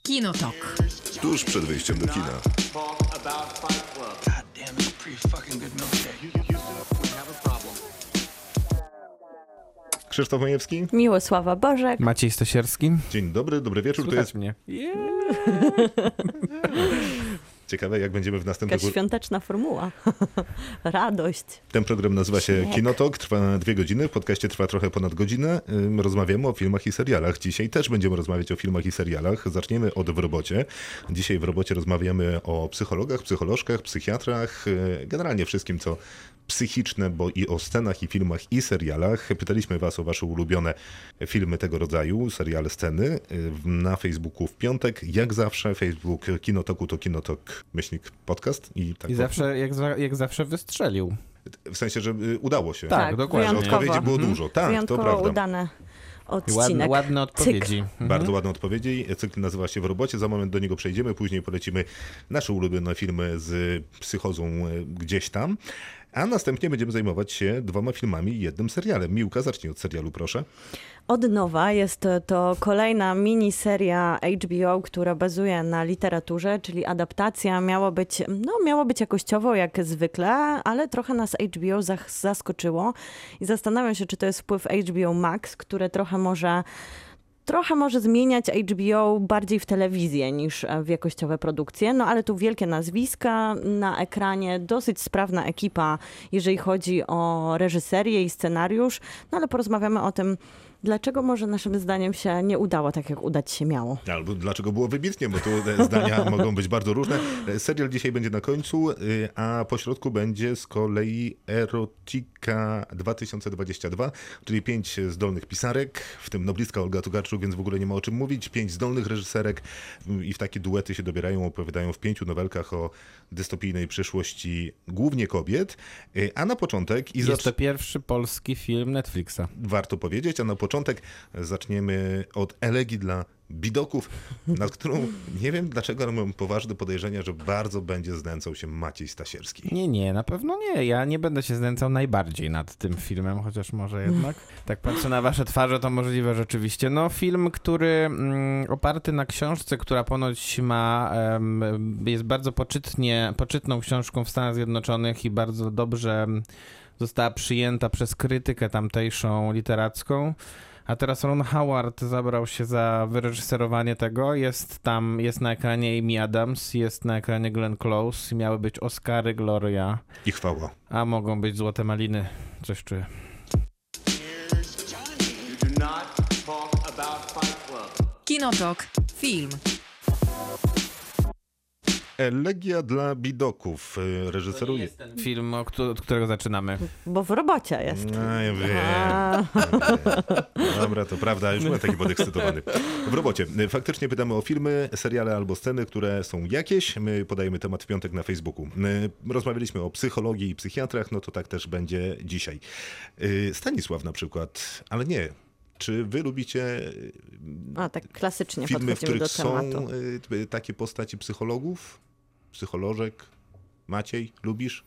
Kinotok. Tuż przed wyjściem do kina. Krzysztof Majewski. Miłosława Bożek. Maciej Stasierski. Dzień dobry, dobry wieczór. Słuchaj To jest mnie. ciekawe, jak będziemy w następnych... Jakaś świąteczna formuła. Radość. Ten program nazywa się Śnieg. Kinotok, trwa 2 godziny, w podcaście trwa trochę ponad godzinę. Rozmawiamy o filmach i serialach. Dzisiaj też będziemy rozmawiać o filmach i serialach. Zaczniemy od W robocie. Dzisiaj w robocie rozmawiamy o psychologach, psycholożkach, psychiatrach, generalnie wszystkim, co psychiczne, bo i o scenach, i filmach, i serialach. Pytaliśmy was o wasze ulubione filmy tego rodzaju, seriale, sceny. Na Facebooku w piątek, jak zawsze, Facebook Kinotoku to Kinotok /podcast. I zawsze, jak zawsze wystrzelił. W sensie, że udało się. Tak, dokładnie. Że odpowiedzi było dużo. Tak, to Wyjątkowo prawda. udane odcinek. Ładne odpowiedzi. Bardzo ładne odpowiedzi. Cykl nazywa się W robocie. Za moment do niego przejdziemy. Później polecimy nasze ulubione filmy z psychozą gdzieś tam. A następnie będziemy zajmować się 2 filmami i 1 serialem. Miłka, zacznij od serialu, proszę. Od nowa jest to kolejna miniseria HBO, która bazuje na literaturze, czyli adaptacja miało być jakościowo jak zwykle, ale trochę nas HBO zaskoczyło i zastanawiam się, czy to jest wpływ HBO Max, które trochę może zmieniać HBO bardziej w telewizję niż w jakościowe produkcje, no ale tu wielkie nazwiska na ekranie, dosyć sprawna ekipa, jeżeli chodzi o reżyserię i scenariusz, no ale porozmawiamy o tym, dlaczego może naszym zdaniem się nie udało tak, jak udać się miało. Albo dlaczego było wybitnie, bo tu zdania mogą być bardzo różne. Serial dzisiaj będzie na końcu, a po środku będzie z kolei Erotika 2022, czyli 5 zdolnych pisarek, w tym noblistka Olga Tokarczuk, więc w ogóle nie ma o czym mówić. 5 zdolnych reżyserek i w takie duety się dobierają, opowiadają w 5 nowelkach o dystopijnej przyszłości głównie kobiet. A na początek... Jest to pierwszy polski film Netflixa. Warto powiedzieć, a na początek zaczniemy od Elegii dla bidoków, nad którą nie wiem dlaczego, ale mam poważne podejrzenia, że bardzo będzie znęcał się Maciej Stasierski. Nie, na pewno nie. Ja nie będę się znęcał najbardziej nad tym filmem, chociaż może jednak. Tak patrzę na wasze twarze, to możliwe rzeczywiście. No film, który oparty na książce, która ponoć jest bardzo poczytną książką w Stanach Zjednoczonych i bardzo dobrze została przyjęta przez krytykę tamtejszą literacką. A teraz Ron Howard zabrał się za wyreżyserowanie tego. Jest na ekranie Amy Adams, jest na ekranie Glenn Close. Miały być Oscary, Gloria. I chwała. A mogą być Złote Maliny. Coś czuję. Kinotok. Film. Elegia dla bidoków reżyseruje. jest ten film, od którego zaczynamy. Bo w robocie jest. No, ja wiem. Dobra, to prawda, już byłem taki podekscytowany. W robocie. Faktycznie pytamy o filmy, seriale albo sceny, które są jakieś. My podajemy temat w piątek na Facebooku. Rozmawialiśmy o psychologii i psychiatrach, no to tak też będzie dzisiaj. Stanisław na przykład, ale nie. Czy wy lubicie Tak klasycznie filmy, w podchodzimy których do tematu. są takie postaci psychologów, psycholożek? Maciej, lubisz?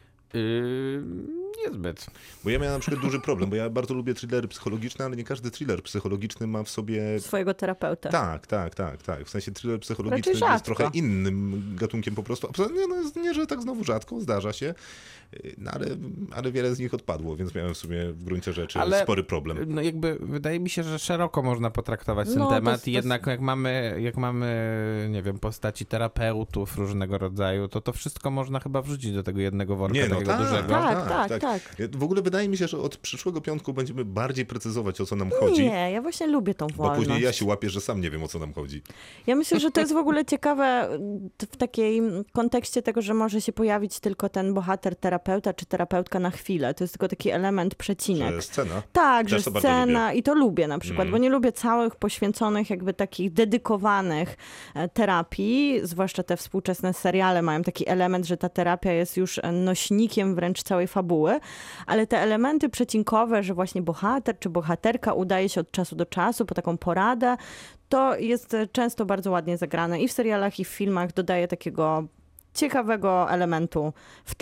Niezbyt. Bo ja miałem na przykład duży problem, bo ja bardzo lubię thrillery psychologiczne, ale nie każdy thriller psychologiczny ma w sobie... Swojego terapeuta. Tak. W sensie thriller psychologiczny Raczej jest rzadko. trochę innym gatunkiem po prostu. Absolutnie, nie, że tak znowu rzadko, zdarza się, no, ale wiele z nich odpadło, więc miałem w sumie w gruncie rzeczy spory problem. No jakby wydaje mi się, że szeroko można potraktować ten No, temat i jednak jak mamy, nie wiem, postaci terapeutów różnego rodzaju, to wszystko można chyba wrzucić do tego jednego worka, takiego dużego. Tak. W ogóle wydaje mi się, że od przyszłego piątku będziemy bardziej precyzować, o co nam chodzi. Nie, ja właśnie lubię tą Bo wolność. później ja się łapię, że sam nie wiem, o co nam chodzi. Ja myślę, że to jest w ogóle ciekawe w takim kontekście tego, że może się pojawić tylko ten bohater terapeuta czy terapeutka na chwilę. To jest tylko taki element, przecinek. Że scena? Tak, Też że to bardzo scena lubię. i to lubię na przykład, bo nie lubię całych poświęconych jakby takich dedykowanych terapii, zwłaszcza te współczesne seriale mają taki element, że ta terapia jest już nośnikiem wręcz całej fabuły, ale te elementy przecinkowe, że właśnie bohater czy bohaterka udaje się od czasu do czasu po taką poradę, to jest często bardzo ładnie zagrane i w serialach, i w filmach dodaje takiego ciekawego elementu w tle.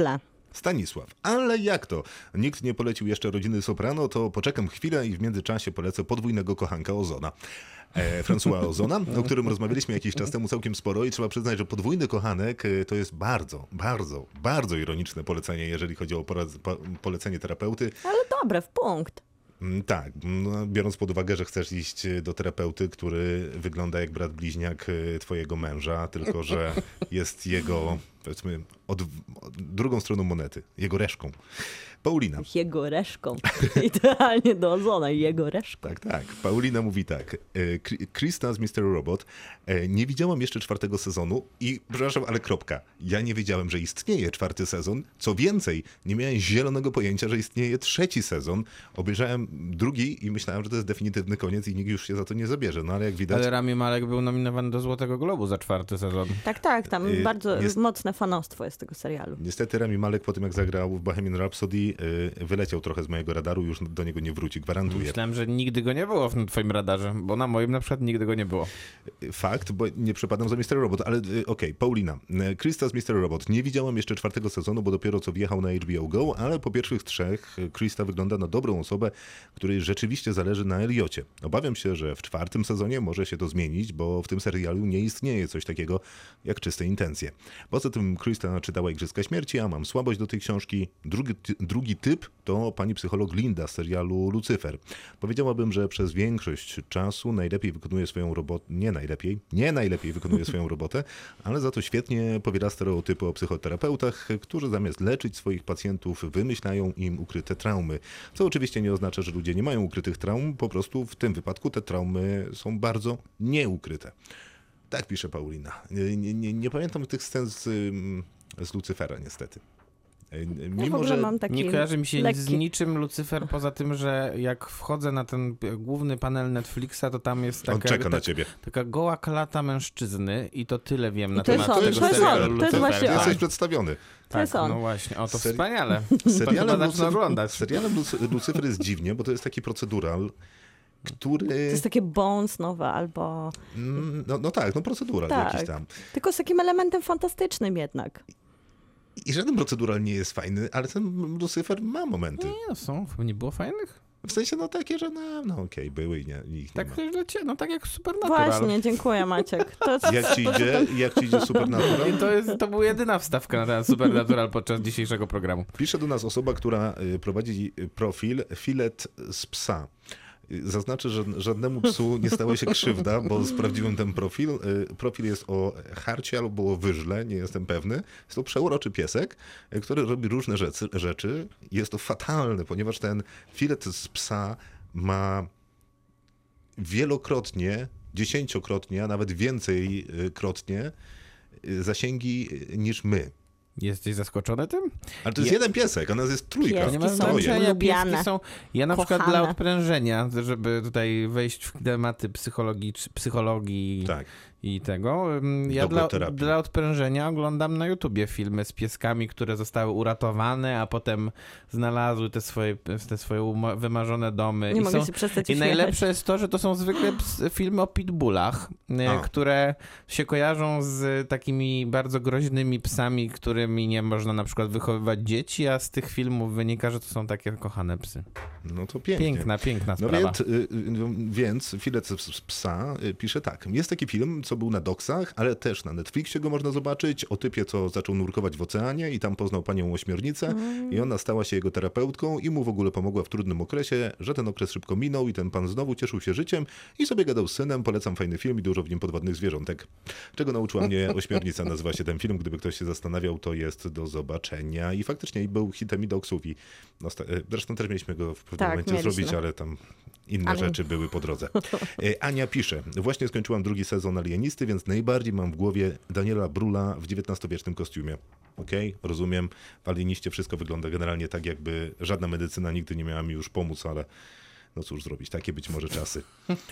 Stanisław. Ale jak to? Nikt nie polecił jeszcze Rodziny Soprano, to poczekam chwilę i w międzyczasie polecę podwójnego kochanka Ozona. François Ozona, o którym rozmawialiśmy jakiś czas temu całkiem sporo i trzeba przyznać, że podwójny kochanek to jest bardzo, bardzo, bardzo ironiczne polecenie, jeżeli chodzi o polecenie terapeuty. Ale dobre, w punkt. Tak, no, biorąc pod uwagę, że chcesz iść do terapeuty, który wygląda jak brat bliźniak twojego męża, tylko że jest jego, powiedzmy, od drugą stroną monety, jego reszką. Paulina. Jego reszką. Idealnie do Ozona, jego reszką. Tak. Paulina mówi tak. Krista z Mr. Robot. Nie widziałam jeszcze 4. sezonu i, przepraszam, ale kropka. Ja nie wiedziałem, że istnieje 4. sezon. Co więcej, nie miałem zielonego pojęcia, że istnieje 3. sezon. Obejrzałem 2. i myślałem, że to jest definitywny koniec i nikt już się za to nie zabierze. No ale jak widać... Ale Rami Malek był nominowany do Złotego Globu za 4. sezon. Tak, tam bardzo mocne fanostwo jest tego serialu. Niestety Rami Malek po tym, jak zagrał w Bohemian Rhapsody, wyleciał trochę z mojego radaru, już do niego nie wróci, gwarantuję. Myślałem, że nigdy go nie było w twoim radarze, bo na moim na przykład nigdy go nie było. Fakt, bo nie przepadam za Mr. Robot, ale okej, Paulina. Krista z Mr. Robot. Nie widziałam jeszcze 4. sezonu, bo dopiero co wjechał na HBO Go, ale po pierwszych 3 Krista wygląda na dobrą osobę, której rzeczywiście zależy na Eliocie. Obawiam się, że w 4. sezonie może się to zmienić, bo w tym serialu nie istnieje coś takiego jak czyste intencje. Poza tym Krista czytała Igrzyska Śmierci, a mam słabość do tej książki. Drugi typ to pani psycholog Linda z serialu Lucyfer. Powiedziałabym, że przez większość czasu najlepiej wykonuje swoją robotę, nie najlepiej wykonuje swoją robotę, ale za to świetnie powiela stereotypy o psychoterapeutach, którzy zamiast leczyć swoich pacjentów wymyślają im ukryte traumy. Co oczywiście nie oznacza, że ludzie nie mają ukrytych traum, po prostu w tym wypadku te traumy są bardzo nieukryte. Tak pisze Paulina. Nie pamiętam tych scen z Lucyfera niestety. Mimo, że mam taki nie kojarzy mi się lekki... z niczym Lucyfer, poza tym, że jak wchodzę na ten główny panel Netflixa, to tam jest taka, on czeka na ciebie. Taka goła klata mężczyzny i to tyle wiem na to temat jest tego on, serialu to jest Lucyfer. właśnie Ty jesteś on. przedstawiony. Tak, jest on. no właśnie, o to wspaniale. Serialem Lucyfer jest dziwnie, bo to jest taki procedural, który... To jest takie Bones nowe albo... No tak, procedural tak. jakiś tam. Tylko z takim elementem fantastycznym jednak. I żaden procedural nie jest fajny, ale ten Lucyfer ma momenty. Nie, są, nie było fajnych? W sensie takie, że okej, były i ich tak nie ma. Tak jak Supernatural. Właśnie, dziękuję Maciek. Jak ci idzie Supernatural? To była jedyna wstawka na ten Supernatural podczas dzisiejszego programu. Pisze do nas osoba, która prowadzi profil Filet z psa. Zaznaczę, że żadnemu psu nie stała się krzywda, bo sprawdziłem ten profil. Profil jest o harcie albo o wyżle, nie jestem pewny. Jest to przeuroczy piesek, który robi różne rzeczy. Jest to fatalne, ponieważ ten filet z psa ma wielokrotnie, 10-krotnie, a nawet więcej-krotnie zasięgi niż my. Jesteś zaskoczony tym? Ale to jest jeden piesek, a nas jest 3. Pieski To nie ma są znaczenia, lubiane. pieski są... Ja na przykład Kochane. dla odprężenia, żeby tutaj wejść w tematy psychologii Tak. i tego, ja dla odprężenia oglądam na YouTubie filmy z pieskami, które zostały uratowane, a potem znalazły te swoje wymarzone domy. Nie mogę się przestać I uśmiechać. najlepsze jest to, że to są zwykle filmy o pitbullach, które się kojarzą z takimi bardzo groźnymi psami, którymi nie można na przykład wychowywać dzieci, a z tych filmów wynika, że to są takie kochane psy. No to pięknie. Piękna sprawa. Więc Filet z psa pisze tak. Jest taki film, co był na Doksach, ale też na Netflixie go można zobaczyć, o typie, co zaczął nurkować w oceanie i tam poznał panią ośmiornicę i ona stała się jego terapeutką i mu w ogóle pomogła w trudnym okresie, że ten okres szybko minął i ten pan znowu cieszył się życiem i sobie gadał z synem. Polecam fajny film i dużo w nim podwodnych zwierzątek. Czego nauczyła mnie ośmiornica, nazywa się ten film. Gdyby ktoś się zastanawiał, to jest do zobaczenia i faktycznie był hitem i Doksów i zresztą też mieliśmy go w pewnym momencie zrobić, ale tam inne rzeczy były po drodze. Ania pisze, właśnie skończyłam 2. sezon Alienisty, więc najbardziej mam w głowie Daniela Brühla w XIX-wiecznym kostiumie. Okej, rozumiem, w Alieniście wszystko wygląda generalnie tak, jakby żadna medycyna nigdy nie miała mi już pomóc, ale no cóż zrobić, takie być może czasy.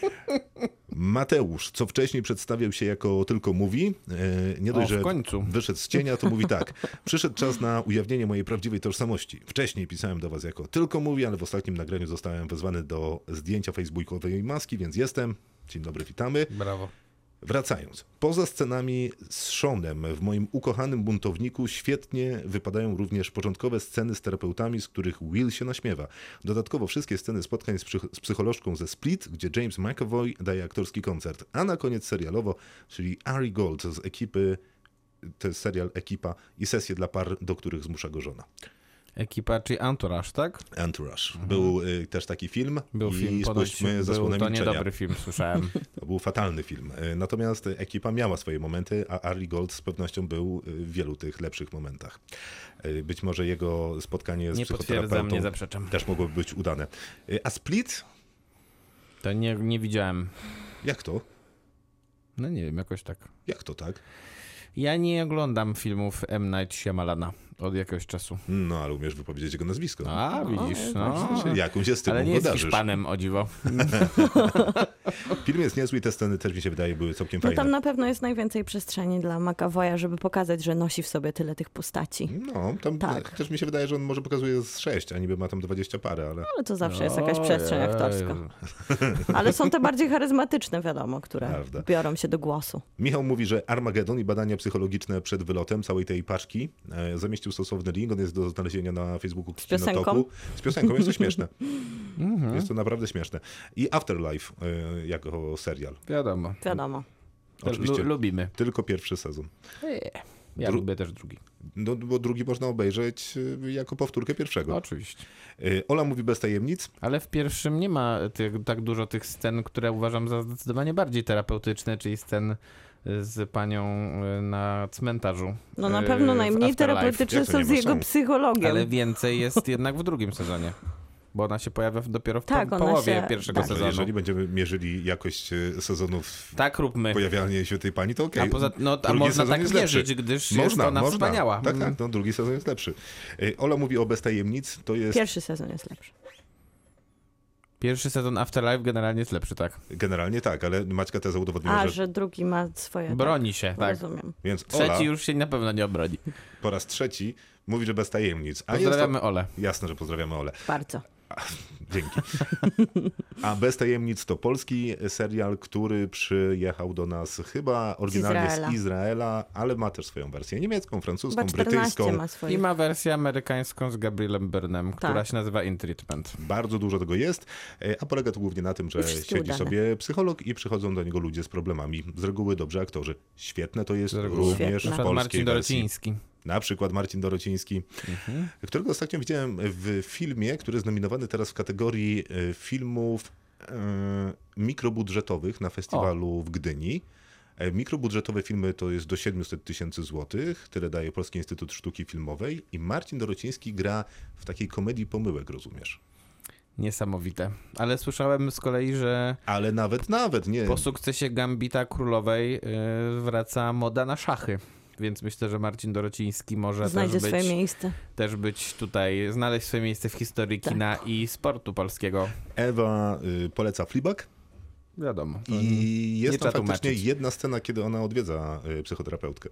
Mateusz, co wcześniej przedstawiał się jako tylko mówi, nie dość, że wyszedł z cienia, to mówi tak. Przyszedł czas na ujawnienie mojej prawdziwej tożsamości. Wcześniej pisałem do was jako tylko mówi, ale w ostatnim nagraniu zostałem wezwany do zdjęcia facebookowej maski, więc jestem. Dzień dobry, witamy. Brawo. Wracając, poza scenami z Seanem w moim ukochanym buntowniku świetnie wypadają również początkowe sceny z terapeutami, z których Will się naśmiewa. Dodatkowo wszystkie sceny spotkań z psycholożką ze Split, gdzie James McAvoy daje aktorski koncert. A na koniec serialowo, czyli Ari Gold z ekipy, to jest serial Ekipa i sesje dla par, do których zmusza go żona. Ekipa, czyli Entourage, tak? Entourage. Był też taki film. Był film, ponoć zasłonę to milczenia. niedobry film, słyszałem. To był fatalny film. Natomiast Ekipa miała swoje momenty, a Ari Gold z pewnością był w wielu tych lepszych momentach. Być może jego spotkanie z Nie potwierdzam, psychoterapeutą nie zaprzeczam. też mogłoby być udane. A Split? To nie widziałem. Jak to? No nie wiem, jakoś tak. Jak to tak? Ja nie oglądam filmów M. Night Shyamalana od jakiegoś czasu. No, ale umiesz wypowiedzieć jego nazwisko. A, widzisz, no. Jakąś jest Ale tym nie jest darzysz. Hiszpanem, o dziwo. Film jest niezły i te sceny też mi się wydaje były całkiem No fajne. tam na pewno jest najwięcej przestrzeni dla McAvoya, żeby pokazać, że nosi w sobie tyle tych postaci. No, tam Tak. też mi się wydaje, że on może pokazuje z 6, a niby ma tam 20 parę, ale... Ale to zawsze jest jakaś przestrzeń Ojej. aktorska. Ale są te bardziej charyzmatyczne, wiadomo, które Prawda. biorą się do głosu. Michał mówi, że Armagedon i badania psychologiczne przed wylotem całej tej paczki zamieścił stosowny link, on jest do znalezienia na Facebooku piosenką? Kinotoku. Z piosenką, jest to śmieszne. Jest to naprawdę śmieszne. I Afterlife jako serial. Wiadomo. Wiadomo. Oczywiście Lubimy. tylko pierwszy sezon. Ja lubię też drugi. No, bo drugi można obejrzeć jako powtórkę pierwszego. Oczywiście. Ola mówi bez tajemnic. Ale w pierwszym nie ma tak dużo tych scen, które uważam za zdecydowanie bardziej terapeutyczne, czyli scen z panią na cmentarzu. No na pewno w najmniej Afterlife. terapeutyczne Jak to są nie z ma? jego Są. psychologiem. Ale więcej jest jednak w drugim sezonie. Bo ona się pojawia dopiero w Tak, ona połowie się- pierwszego tak. Że sezonu. jeżeli będziemy mierzyli jakość sezonów Tak róbmy. pojawiania się tej pani, to okej. A poza, no, a Drugi można sezon tak jest lepszy. mierzyć, gdyż jest ona wspaniała. Tak, tak, no, drugi sezon jest lepszy. Ola mówi o bez tajemnic, to jest Pierwszy sezon jest lepszy. Pierwszy sezon Afterlife generalnie jest lepszy, tak. generalnie tak, ale Maćka tezę udowodniła, A, że... że drugi ma swoje... Broni się, tak. Rozumiem. Więc Ola Trzeci już się na pewno nie obroni. po raz trzeci mówi, że bez tajemnic. A Pozdrawiamy Olę. Jasne, że pozdrawiamy Olę. Bardzo. Dzięki. A bez tajemnic to polski serial, który przyjechał do nas chyba oryginalnie Izraela. z Izraela, ale ma też swoją wersję niemiecką, francuską, Chyba 14 brytyjską. ma swoje. I ma wersję amerykańską z Gabrielem Byrnem, która Tak. się nazywa In Treatment. Bardzo dużo tego jest, a polega to głównie na tym, że I wszystkie siedzi udane. sobie psycholog i przychodzą do niego ludzie z problemami. Z reguły dobrzy aktorzy. Świetne to jest Z reguły. również Świetne. w Na przykład polskiej Marcin wersji. Dorociński. Na przykład Marcin Dorociński, którego ostatnio widziałem w filmie, który jest nominowany teraz w kategorii filmów mikrobudżetowych na festiwalu w Gdyni. Mikrobudżetowe filmy to jest do 700 000 złotych, tyle daje Polski Instytut Sztuki Filmowej i Marcin Dorociński gra w takiej komedii pomyłek, rozumiesz? Niesamowite. Ale słyszałem z kolei, że Ale nawet, nie. po sukcesie Gambita Królowej wraca moda na szachy. Więc myślę, że Marcin Dorociński może Znajdzie swoje miejsce. też być tutaj, znaleźć swoje miejsce w historii Tak. kina i sportu polskiego. Ewa poleca Fleabag Wiadomo. i jest nie tam trzeba faktycznie tłumaczyć. jedna scena, kiedy ona odwiedza psychoterapeutkę.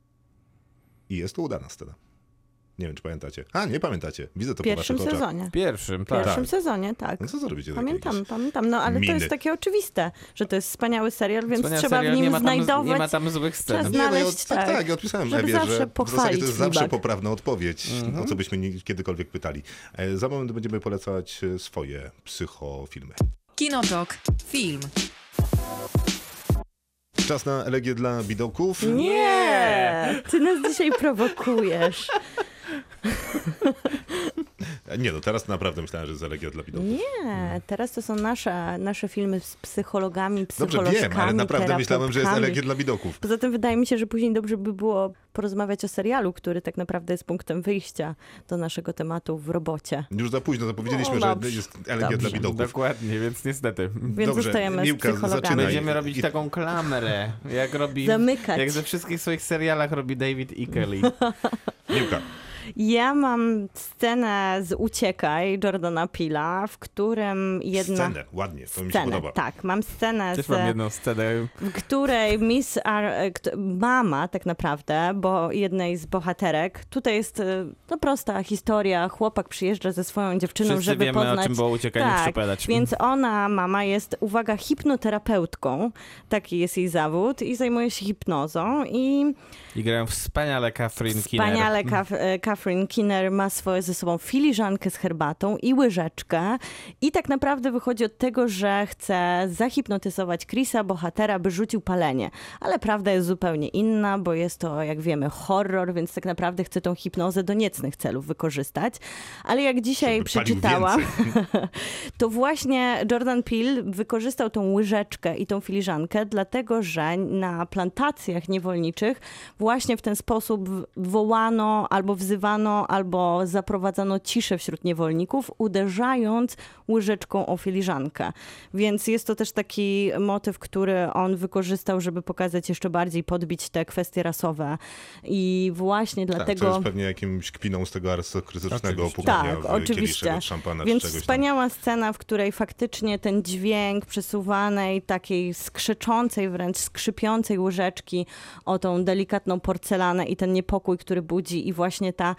I jest to udana scena. Nie wiem, czy pamiętacie. A, nie pamiętacie. Widzę to W po pierwszym waszych oczach. sezonie. W pierwszym, W tak. pierwszym sezonie, tak. No co zrobicie takie Pamiętam, jakieś pamiętam. No ale miny? to jest takie oczywiste, że to jest wspaniały serial, więc Wspaniały trzeba serial, w nim nie ma tam, znajdować... Nie ma tam złych scen. Trzeba Nie, no ja, znaleźć, tak, tak, tak, ja odpisałem żeby Ewie, zawsze że w zasadzie pochwalić to jest zawsze Fleabag. poprawna odpowiedź, o co byśmy kiedykolwiek pytali. Za moment będziemy polecać swoje psychofilmy. Kinotok. Film. Czas na elegię dla bidoków. Nie! Ty nas dzisiaj prowokujesz. Nie, no teraz naprawdę myślałem, że jest elegia dla bidoków. Nie, teraz to są nasze filmy z psychologami, Dobrze, psycholożkami, wiem, ale naprawdę myślałem, że jest terapeutkami. elegia dla bidoków. Poza tym wydaje mi się, że później dobrze by było porozmawiać o serialu, który tak naprawdę jest punktem wyjścia do naszego tematu w robocie. Już za późno zapowiedzieliśmy, No, że dobrze. jest elegia Dobrze. dla bidoków. Dokładnie, więc niestety. Więc Dobrze, zostajemy Miłka, z psychologami. zaczynaj. Będziemy robić I- taką klamrę, jak robi... Zamykać. Jak ze wszystkich swoich serialach robi David E. Kelly. Miłka, Ja mam scenę z Uciekaj Jordana Peela, w którym Scenę, ładnie, to mi się podoba. Tak, mam scenę, Też mam jedną scenę. w której mama tak naprawdę, bo jednej z bohaterek, tutaj jest no, prosta historia, chłopak przyjeżdża ze swoją dziewczyną, Wszyscy żeby wiemy, poznać... o czym było Uciekaj, nie przepowiadać. Więc mama jest, uwaga, hipnoterapeutką, taki jest jej zawód i zajmuje się hipnozą i I grają wspaniale Catherine Keener. wspaniale Catherine Keener ma ze sobą filiżankę z herbatą i łyżeczkę i tak naprawdę wychodzi od tego, że chce zahipnotyzować Chrisa, bohatera, by rzucił palenie. Ale prawda jest zupełnie inna, bo jest to, jak wiemy, horror, więc tak naprawdę chce tą hipnozę do niecnych celów wykorzystać. Ale jak dzisiaj Żeby palił przeczytałam, więcej. to właśnie Jordan Peele wykorzystał tą łyżeczkę i tą filiżankę, dlatego że na plantacjach niewolniczych właśnie w ten sposób wołano, albo wzywano, albo zaprowadzano ciszę wśród niewolników, uderzając łyżeczką o filiżankę. Więc jest to też taki motyw, który on wykorzystał, żeby pokazać jeszcze bardziej, podbić te kwestie rasowe. I właśnie Tak, dlatego... to jest pewnie jakimś kpiną z tego arystokratycznego Oczywiście. opukania Tak, oczywiście. od szampana Więc czy czegoś tam. wspaniała scena, w której faktycznie ten dźwięk przesuwanej, takiej skrzeczącej, wręcz skrzypiącej łyżeczki o tą delikatną porcelanę i ten niepokój, który budzi i właśnie ta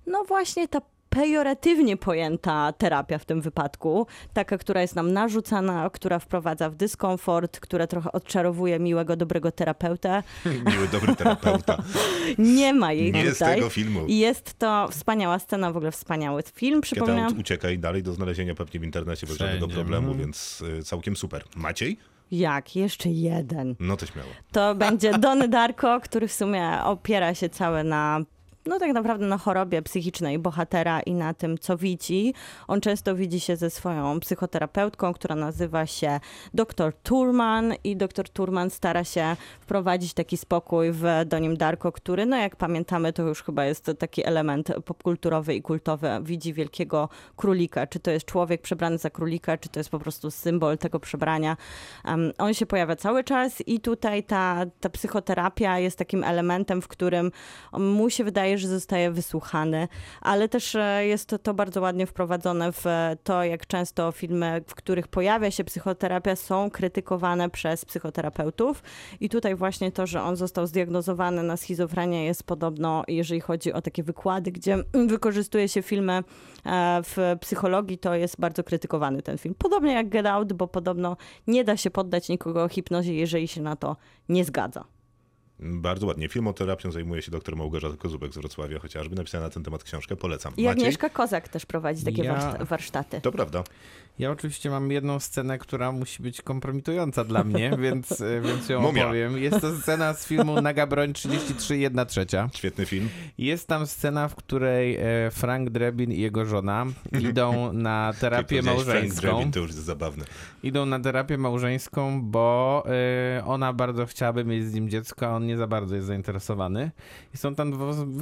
pejoratywnie pojęta terapia w tym wypadku, taka, która jest nam narzucana, która wprowadza w dyskomfort, która trochę odczarowuje miłego, dobrego terapeutę. Miły, dobry terapeuta. Nie ma jej Nie tutaj. z tego filmu. I jest to wspaniała scena, w ogóle wspaniały film. Get Przypominam, Out, Uciekaj dalej do znalezienia pewnie w internecie bez Wszędzie. żadnego problemu, więc całkiem super. Maciej? jak? Jeszcze jeden. No to śmiało. To będzie Donnie Darko, który w sumie opiera się cały na, no tak naprawdę na chorobie psychicznej bohatera i na tym, co widzi. On często widzi się ze swoją psychoterapeutką, która nazywa się dr Turman i dr Turman stara się wprowadzić taki spokój w Donnim Darko, który, no jak pamiętamy, to już chyba jest taki element popkulturowy i kultowy. Widzi wielkiego królika. Czy to jest człowiek przebrany za królika, czy to jest po prostu symbol tego przebrania. On się pojawia cały czas i tutaj ta psychoterapia jest takim elementem, w którym mu się wydaje, że zostaje wysłuchany, ale też jest to bardzo ładnie wprowadzone w to, jak często filmy, w których pojawia się psychoterapia, są krytykowane przez psychoterapeutów. I tutaj właśnie to, że on został zdiagnozowany na schizofrenię, jest podobno, jeżeli chodzi o takie wykłady, gdzie wykorzystuje się filmy w psychologii, to jest bardzo krytykowany ten film. Podobnie jak Get Out, bo podobno nie da się poddać nikogo hipnozie, jeżeli się na to nie zgadza. Bardzo ładnie. Filmoterapią zajmuje się dr Małgorzata Kozubek z Wrocławia, chociażby napisała na ten temat książkę. Polecam. I Maciej? Agnieszka Kozak też prowadzi takie warsztaty. To prawda. Ja oczywiście mam jedną scenę, która musi być kompromitująca dla mnie, więc ją Mumia. opowiem. Jest to scena z filmu Naga Broń 33 1/3. Świetny film. Jest tam scena, w której Frank Drebin i jego żona idą na terapię Jak powiedziałeś, Frank małżeńską. Drebin, to już jest zabawne. Idą na terapię małżeńską, bo ona bardzo chciałaby mieć z nim dziecko, a on nie za bardzo jest zainteresowany. I są tam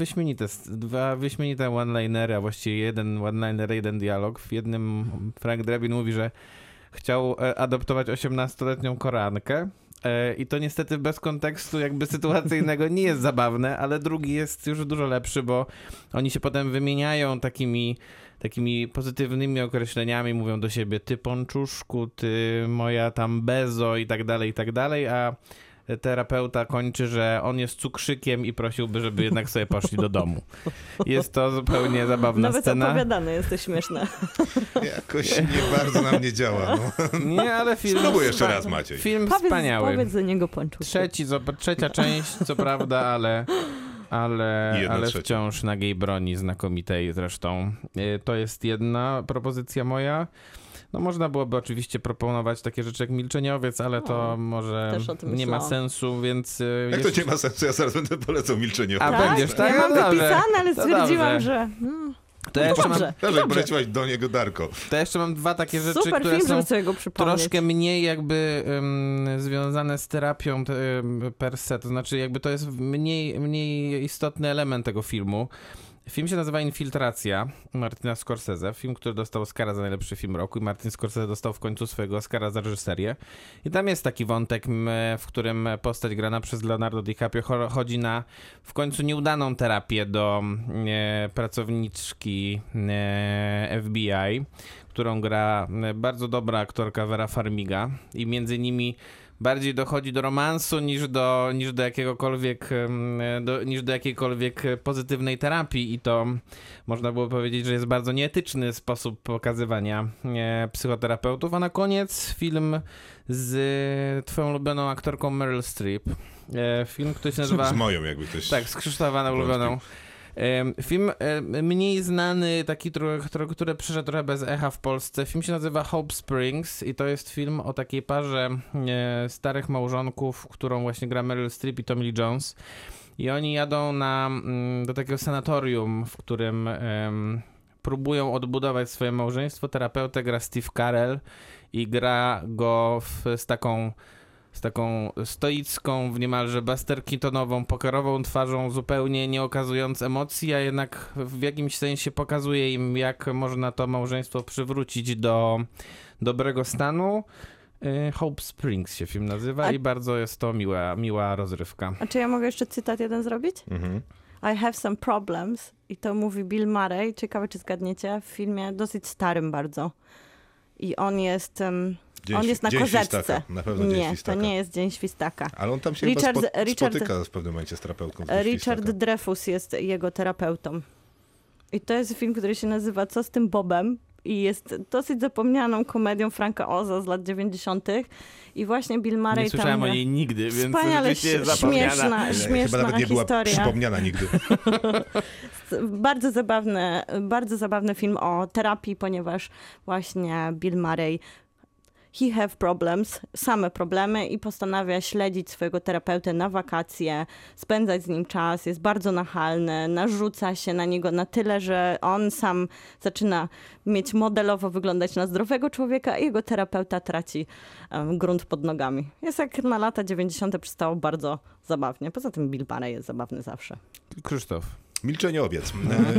dwa wyśmienite one-linery, a właściwie jeden one-liner, jeden dialog. W jednym Frank Drebin mówi, że chciał adoptować 18-letnią Koreankę. I to niestety bez kontekstu jakby sytuacyjnego nie jest zabawne, ale drugi jest już dużo lepszy, bo oni się potem wymieniają takimi pozytywnymi określeniami, mówią do siebie ty pączuszku, ty moja tam bezo i tak dalej, a terapeuta kończy, że on jest cukrzykiem i prosiłby, żeby jednak sobie poszli do domu. Jest to zupełnie zabawna Nawet scena. opowiadane jest to śmieszne. Jakoś nie bardzo na mnie działa. No. Nie, ale film... Spróbuj jeszcze raz, Maciej. Film wspaniały. Powiedz do niego pączuszku. Trzecia część, co prawda, ale trzecia. wciąż nagiej broni znakomitej zresztą. To jest jedna propozycja moja. No można byłoby oczywiście proponować takie rzeczy jak Milczeniowiec, ale to może też o tym nie ma myślałam. sensu, więc... Jak to nie ma sensu? Ja zaraz będę polecał milczenie. A Tak? będziesz, tak? Ja mam No dobrze. wypisane, ale To stwierdziłam, dobrze. że... To ja jeszcze mam, dobrze. Dobrze, poleciłaś do niego Darko. dwa takie rzeczy, Super które film, są żeby sobie go przypomnieć. troszkę mniej jakby związane z terapią per se, to znaczy jakby to jest mniej istotny element tego filmu. Film się nazywa Infiltracja Martina Scorsese. Film, który dostał Oscara za najlepszy film roku i Martin Scorsese dostał w końcu swojego Oscara za reżyserię. I tam jest taki wątek, w którym postać grana przez Leonardo DiCaprio chodzi na w końcu nieudaną terapię do pracowniczki FBI, którą gra bardzo dobra aktorka Vera Farmiga i między nimi bardziej dochodzi do romansu niż do jakiejkolwiek pozytywnej terapii i to można było powiedzieć, że jest bardzo nieetyczny sposób pokazywania psychoterapeutów, a na koniec film z twoją ulubioną aktorką Meryl Streep. Film, który się nazywa... Z moją jakby ktoś... Tak, z Krzysztofa ulubioną. Film mniej znany, taki, który przeszedł trochę bez echa w Polsce. Film się nazywa Hope Springs i to jest film o takiej parze starych małżonków, którą właśnie gra Meryl Streep i Tommy Lee Jones. I oni jadą do takiego sanatorium, w którym próbują odbudować swoje małżeństwo. Terapeutę gra Steve Carell i gra go z taką stoicką, niemalże Buster Keatonową, pokerową twarzą, zupełnie nie okazując emocji, a jednak w jakimś sensie pokazuje im, jak można to małżeństwo przywrócić do dobrego stanu. Hope Springs się film nazywa i bardzo jest to miła rozrywka. A czy ja mogę jeszcze cytat jeden zrobić? I have some problems. I to mówi Bill Murray. Ciekawe, czy zgadniecie. W filmie dosyć starym bardzo. I on jest... on jest na kozetce. Na pewno Dzień Świstaka. To nie jest Dzień Świstaka. Ale on tam się spotyka w pewnym momencie z terapeutką. Richard Dreyfuss jest jego terapeutą. I to jest film, który się nazywa Co z tym Bobem? I jest dosyć zapomnianą komedią Franka Oza z lat 90. I właśnie Bill Murray nie słyszałem tam... o niej nigdy, więc wspaniale jest zapomniana. Śmieszna chyba nawet nie była historia. przypomniana nigdy. Bardzo zabawny film o terapii, ponieważ właśnie Bill Murray he have problems, same problemy i postanawia śledzić swojego terapeutę na wakacje, spędzać z nim czas, jest bardzo nachalny, narzuca się na niego na tyle, że on sam zaczyna mieć modelowo wyglądać na zdrowego człowieka, a jego terapeuta traci grunt pod nogami. Jest jak na lata 90. przystało bardzo zabawnie. Poza tym Bill Murray jest zabawny zawsze. Krzysztof. Milczenie owiec.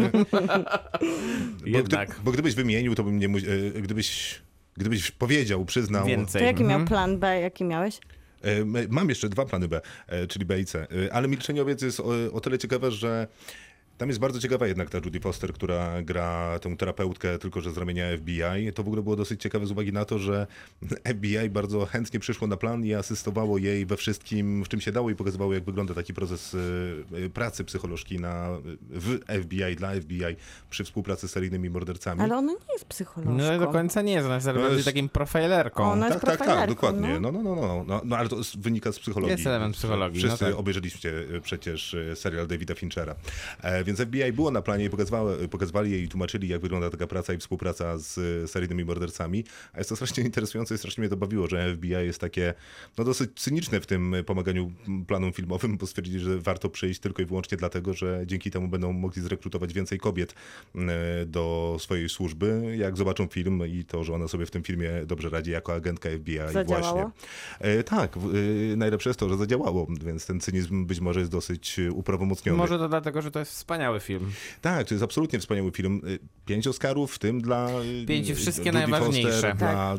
Jednak. Bo gdybyś wymienił, to bym nie musiał... Gdybyś powiedział, przyznał... Więcej. To jaki miał plan B, jaki miałeś? Mam jeszcze 2 plany B, czyli B i C. Ale Milczenie owiec jest o tyle ciekawe, że tam jest bardzo ciekawa jednak ta Judy Foster, która gra tę terapeutkę, tylko że z ramienia FBI. To w ogóle było dosyć ciekawe z uwagi na to, że FBI bardzo chętnie przyszło na plan i asystowało jej we wszystkim, w czym się dało i pokazywało, jak wygląda taki proces pracy psycholożki w FBI, dla FBI przy współpracy z seryjnymi mordercami. Ale ona nie jest psycholożką. No do końca nie jest, ona jest bardziej takim profilerką. Ona jest tak, dokładnie. No, ale to wynika z psychologii. Jest element psychologii. Wszyscy no tak. obejrzeliście przecież serial Davida Finchera. Więc FBI było na planie i pokazywali jej i tłumaczyli, jak wygląda taka praca i współpraca z seryjnymi mordercami. A jest to strasznie interesujące i strasznie mnie to bawiło, że FBI jest takie dosyć cyniczne w tym pomaganiu planom filmowym, bo stwierdzili, że warto przyjść tylko i wyłącznie dlatego, że dzięki temu będą mogli zrekrutować więcej kobiet do swojej służby, jak zobaczą film i to, że ona sobie w tym filmie dobrze radzi jako agentka FBI. Zadziałało? Właśnie. Tak, najlepsze jest to, że zadziałało, więc ten cynizm być może jest dosyć uprawomocniony. Może to dlatego, że to jest wspaniały film. Tak, to jest absolutnie wspaniały film. 5 Oscarów, w tym dla 5 wszystkie Judy najważniejsze. Foster, Tak.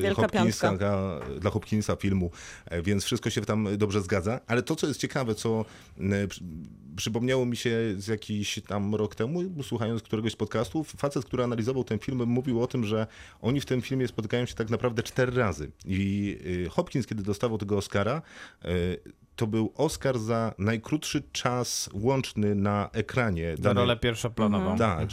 dla Hopkinsa filmu, więc wszystko się tam dobrze zgadza. Ale to, co jest ciekawe, co przypomniało mi się z jakiś tam rok temu, słuchając któregoś z podcastów, facet, który analizował ten film, mówił o tym, że oni w tym filmie spotykają się tak naprawdę 4 razy. I Hopkins, kiedy dostawał tego Oscara, to był Oscar za najkrótszy czas łączny na ekranie. Za rolę pierwszoplanową. Tak.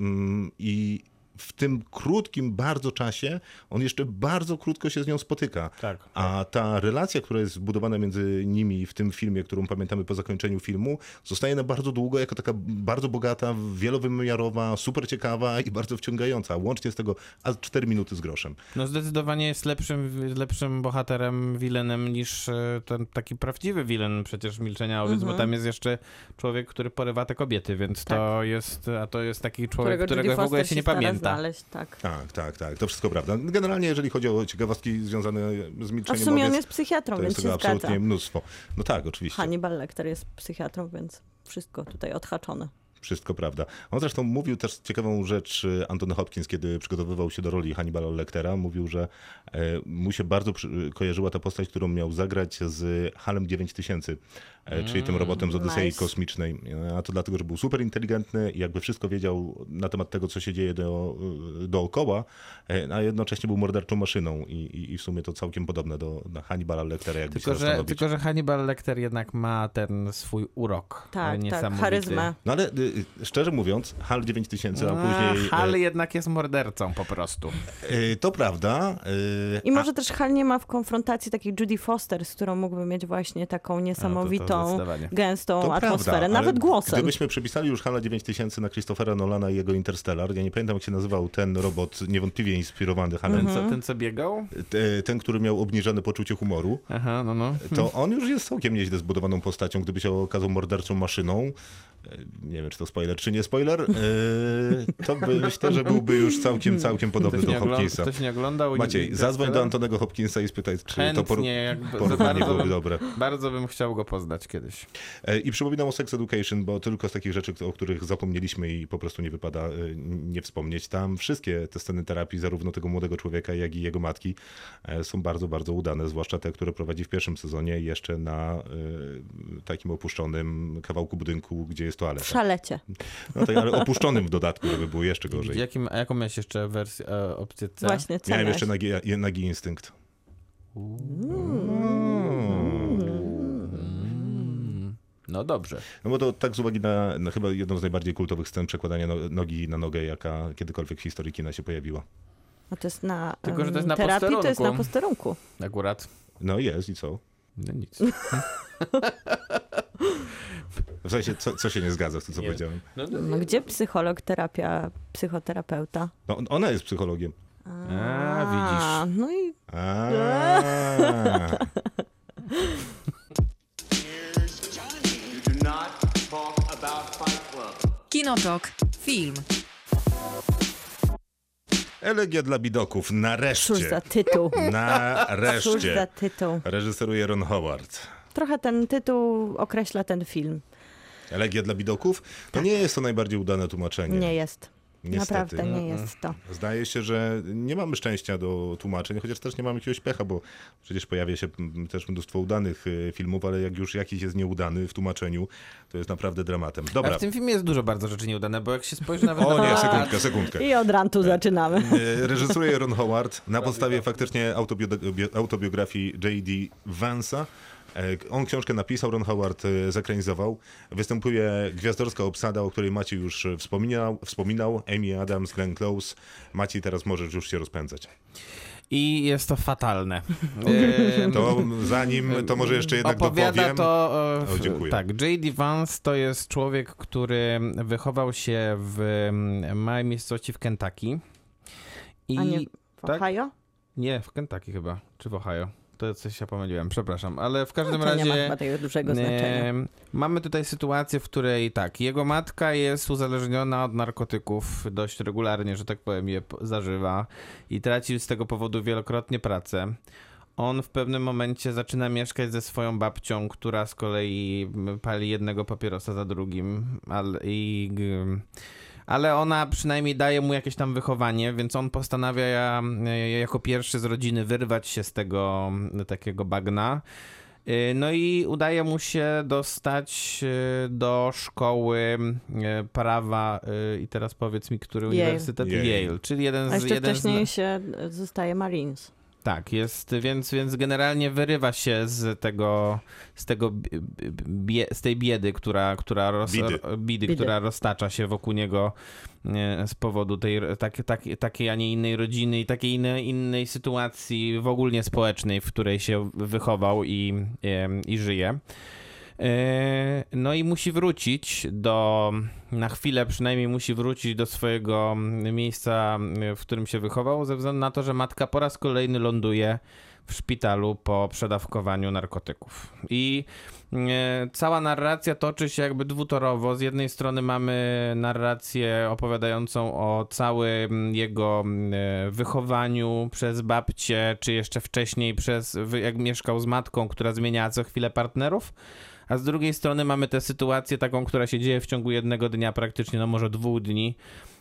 I w tym krótkim bardzo czasie on jeszcze bardzo krótko się z nią spotyka. Tak. A ta relacja, która jest zbudowana między nimi w tym filmie, którą pamiętamy po zakończeniu filmu, zostaje na bardzo długo jako taka bardzo bogata, wielowymiarowa, super ciekawa i bardzo wciągająca. Łącznie z tego aż 4 minuty z groszem. No zdecydowanie jest lepszym bohaterem, wilenem niż ten taki prawdziwy wilen przecież Milczenia owiec, bo tam jest jeszcze człowiek, który porywa te kobiety, więc Tak. to jest taki człowiek, którego Judy w ogóle Foster się nie stara pamięta. Znaleźć, tak. Tak, to wszystko prawda. Generalnie, jeżeli chodzi o ciekawostki związane z A Milczeniem w sumie on owiec, jest psychiatrą, to więc jest się tego zgadza. absolutnie mnóstwo. No tak, oczywiście. Hannibal Lecter jest psychiatrą, więc wszystko tutaj odhaczone. Wszystko prawda. On zresztą mówił też ciekawą rzecz, Anthony Hopkins, kiedy przygotowywał się do roli Hannibala Lectera, mówił, że mu się bardzo kojarzyła ta postać, którą miał zagrać z HAL-em 9000, czyli tym robotem z Odysei Kosmicznej. A to dlatego, że był super inteligentny i jakby wszystko wiedział na temat tego, co się dzieje dookoła, a jednocześnie był morderczą maszyną i w sumie to całkiem podobne do Hannibala Lectera, jakby się zastanowić. Tylko, że Hannibal Lecter jednak ma ten swój urok. Tak, niesamowity. charyzmę. No ale szczerze mówiąc, HAL 9000, a później... HAL jednak jest mordercą po prostu. To prawda. I może też HAL nie ma w konfrontacji takiej Judy Foster, z którą mógłby mieć właśnie taką niesamowitą, gęstą atmosferę, prawda, nawet głosem. Gdybyśmy przepisali już HAL 9000 na Christophera Nolana i jego Interstellar, ja nie pamiętam jak się nazywał ten robot, niewątpliwie inspirowany HAL-em. Ten co biegał? Ten, który miał obniżone poczucie humoru. Aha, no. To on już jest całkiem nieźle zbudowaną postacią, gdyby się okazał morderczą maszyną. Nie wiem, czy to spoiler, czy nie spoiler. To myślę, że byłby już całkiem podobny do Hopkinsa. Ktoś nie oglądał. Maciej, zadzwoń do Antonego Hopkinsa i spytaj, czy chętnie, to porównanie byłoby dobre. Bardzo bym chciał go poznać kiedyś. I przypominam o Sex Education, bo tylko z takich rzeczy, o których zapomnieliśmy i po prostu nie wypada nie wspomnieć. Tam wszystkie te sceny terapii, zarówno tego młodego człowieka, jak i jego matki, są bardzo, bardzo udane, zwłaszcza te, które prowadzi w pierwszym sezonie, jeszcze na takim opuszczonym kawałku budynku, gdzie jest toaleta. W szalecie. No tak, ale opuszczonym w dodatku, żeby było jeszcze gorzej. Jaką miałeś jeszcze wersję, opcję C? Właśnie, co Miałem miałeś? jeszcze nagi instynkt. No dobrze. No bo to tak z uwagi na chyba jedną z najbardziej kultowych scen przekładania nogi na nogę, jaka kiedykolwiek w historii kina się pojawiła. No to jest na Tylko, że to jest na terapii, posterunku. to jest na posterunku. Akurat. No jest i co? No nic. W sensie, co się nie zgadza z tym, co Nie. powiedziałem? No gdzie psycholog, terapia, psychoterapeuta? No, ona jest psychologiem. Widzisz. No i Kinotok. Film. Elegia dla bidoków. Nareszcie. cóż za tytuł. Cóż Nareszcie. za tytuł. Reżyseruje Ron Howard. Trochę ten tytuł określa ten film. Elegia dla bidoków? To nie jest to najbardziej udane tłumaczenie. Nie jest. Niestety. Naprawdę nie jest to. Zdaje się, że nie mamy szczęścia do tłumaczeń, chociaż też nie mamy jakiegoś pecha, bo przecież pojawia się też mnóstwo udanych filmów, ale jak już jakiś jest nieudany w tłumaczeniu, to jest naprawdę dramatem. Dobra. A w tym filmie jest dużo bardzo rzeczy nieudane, bo jak się spojrzy nawet O na... nie, sekundkę. I od rantu zaczynamy. Reżyseruje Ron Howard na podstawie faktycznie autobiografii J.D. Vance'a. On książkę napisał, Ron Howard zekranizował. Występuje gwiazdorska obsada, o której Maciej już wspominał. Amy Adams, Glenn Close. Maciej, teraz możesz już się rozpędzać. I jest to fatalne. To zanim, to może jeszcze jednak dopowiem. Dziękuję. Tak, J.D. Vance to jest człowiek, który wychował się w małej miejscowości w Kentucky. A nie w tak? Ohio? Nie, w Kentucky chyba, czy w Ohio. To coś się pomyliłem, przepraszam, ale w każdym To razie nie ma chyba tego dużego znaczenia. mamy tutaj sytuację, w której tak, jego matka jest uzależniona od narkotyków dość regularnie, że tak powiem, je zażywa i traci z tego powodu wielokrotnie pracę. On w pewnym momencie zaczyna mieszkać ze swoją babcią, która z kolei pali jednego papierosa za drugim, ale ona przynajmniej daje mu jakieś tam wychowanie, więc on postanawia jako pierwszy z rodziny wyrwać się z tego takiego bagna. No i udaje mu się dostać do szkoły prawa i teraz powiedz mi, który uniwersytet? Yale, czyli jeden z... A jeszcze wcześniej się zostaje Marines. Tak, więc generalnie wyrywa się z tej biedy, która roztacza się wokół niego z powodu tej takiej, a nie innej rodziny i takiej innej sytuacji w ogólnie społecznej, w której się wychował i żyje. No i musi wrócić na chwilę przynajmniej musi wrócić do swojego miejsca, w którym się wychował, ze względu na to, że matka po raz kolejny ląduje w szpitalu po przedawkowaniu narkotyków. I cała narracja toczy się jakby dwutorowo. Z jednej strony mamy narrację opowiadającą o całym jego wychowaniu przez babcię, czy jeszcze wcześniej jak mieszkał z matką, która zmieniała co chwilę partnerów. A z drugiej strony mamy tę sytuację taką, która się dzieje w ciągu jednego dnia praktycznie, no może 2 dni,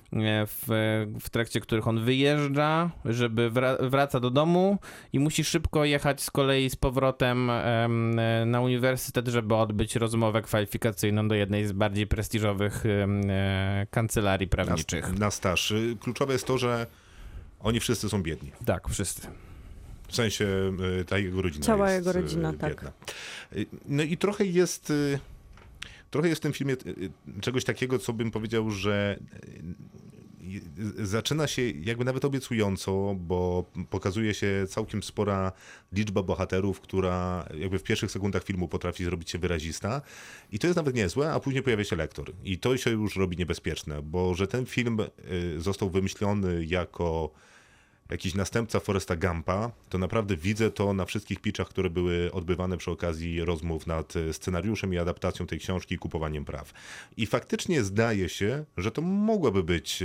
w trakcie których on wyjeżdża, żeby wraca do domu i musi szybko jechać z kolei z powrotem na uniwersytet, żeby odbyć rozmowę kwalifikacyjną do jednej z bardziej prestiżowych kancelarii prawniczych. Na staż. Kluczowe jest to, że oni wszyscy są biedni. Tak, wszyscy. W sensie ta jego rodzina Cała jest jego rodzina, biedna. tak. No i trochę jest w tym filmie czegoś takiego, co bym powiedział, że zaczyna się jakby nawet obiecująco, bo pokazuje się całkiem spora liczba bohaterów, która jakby w pierwszych sekundach filmu potrafi zrobić się wyrazista i to jest nawet niezłe, a później pojawia się lektor i to się już robi niebezpieczne, bo że ten film został wymyślony jako jakiś następca Forresta Gumpa, to naprawdę widzę to na wszystkich pitchach, które były odbywane przy okazji rozmów nad scenariuszem i adaptacją tej książki i kupowaniem praw. I faktycznie zdaje się, że to mogłaby być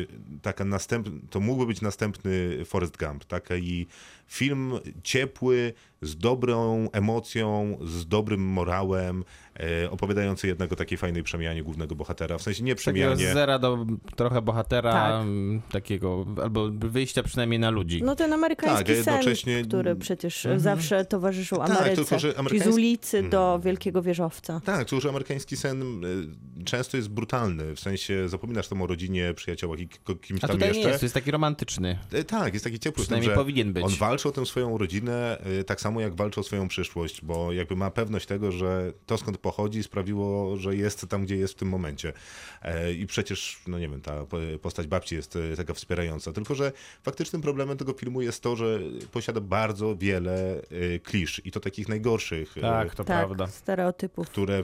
to mógłby być następny Forrest Gump, taki film ciepły, z dobrą emocją, z dobrym morałem, opowiadający jednak o takiej fajnej przemianie głównego bohatera. W sensie nie przemianie... Takiego z zera do trochę bohatera, tak. Takiego, albo wyjścia przynajmniej na ludzi. No ten amerykański jednocześnie... sen, który przecież zawsze towarzyszył Tak, Ameryce. tylko że Czyli z ulicy do wielkiego wieżowca. Tak, tylko że amerykański sen często jest brutalny. W sensie zapominasz tam o rodzinie, przyjaciołach i kimś A tam tutaj jeszcze. nie jest, to jest taki romantyczny. Tak, jest taki ciepły. Przynajmniej w tym, że powinien być. On walczy o tę swoją rodzinę tak samo jak walczy o swoją przyszłość, bo jakby ma pewność tego, że to skąd pochodzi sprawiło, że jest tam, gdzie jest w tym momencie. I przecież, no nie wiem, ta postać babci jest taka wspierająca. Tylko że faktycznym problemem tego filmu jest to, że posiada bardzo wiele klisz i to takich najgorszych. Tak, to prawda. Stereotypów. Które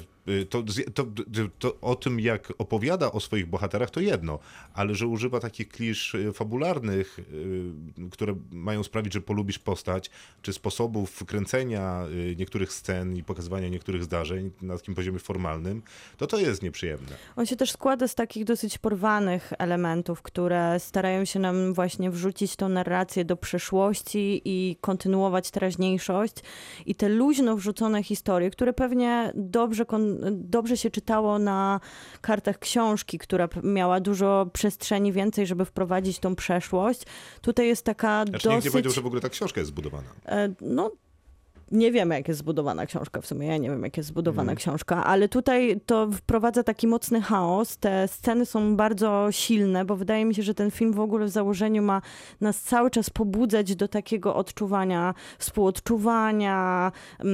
to o tym, jak opowiada o swoich bohaterach, to jedno, ale że używa takich klisz fabularnych, które mają sprawić, że polubisz postać, czy sposobów kręcenia niektórych scen i pokazywania niektórych zdarzeń na takim poziomie formalnym, to jest nieprzyjemne. On się też składa z takich dosyć porwanych elementów, które starają się nam właśnie wrzucić tą narrację do przeszłości i kontynuować teraźniejszość. I te luźno wrzucone historie, które pewnie dobrze się czytało na kartach książki, która miała dużo przestrzeni więcej, żeby wprowadzić tą przeszłość. Tutaj jest taka Znaczy, nikt nie powiedział, że w ogóle ta książka jest zbudowana. No, nie wiemy, jak jest zbudowana książka. W sumie ja nie wiem, jak jest zbudowana książka, ale tutaj to wprowadza taki mocny chaos. Te sceny są bardzo silne, bo wydaje mi się, że ten film w ogóle w założeniu ma nas cały czas pobudzać do takiego odczuwania, współodczuwania,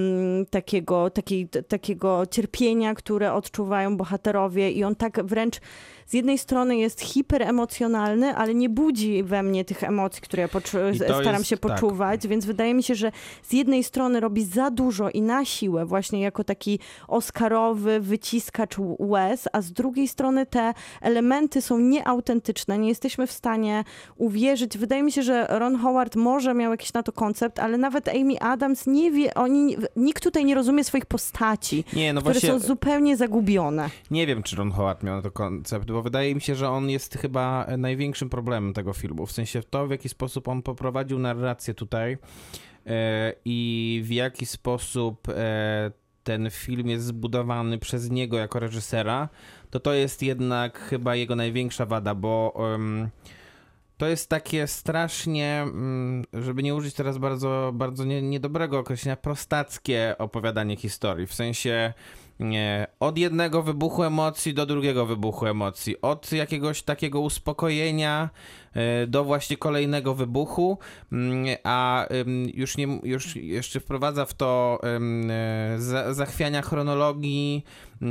takiego cierpienia, które odczuwają bohaterowie i on tak wręcz z jednej strony jest hiperemocjonalny, ale nie budzi we mnie tych emocji, które ja staram się poczuwać, więc wydaje mi się, że z jednej strony robi za dużo i na siłę, właśnie jako taki oscarowy wyciskacz łez, a z drugiej strony te elementy są nieautentyczne, nie jesteśmy w stanie uwierzyć. Wydaje mi się, że Ron Howard może miał jakiś na to koncept, ale nawet Amy Adams nie wie, nikt tutaj nie rozumie swoich postaci, które właśnie są zupełnie zagubione. Nie wiem, czy Ron Howard miał na to koncept, bo wydaje mi się, że on jest chyba największym problemem tego filmu. W sensie to, w jaki sposób on poprowadził narrację tutaj i w jaki sposób ten film jest zbudowany przez niego jako reżysera, to jest jednak chyba jego największa wada, bo to jest takie strasznie, żeby nie użyć teraz bardzo, bardzo niedobrego określenia, prostackie opowiadanie historii. W sensie od jednego wybuchu emocji do drugiego wybuchu emocji. Od jakiegoś takiego uspokojenia do właśnie kolejnego wybuchu, a już jeszcze wprowadza w to zachwiania chronologii.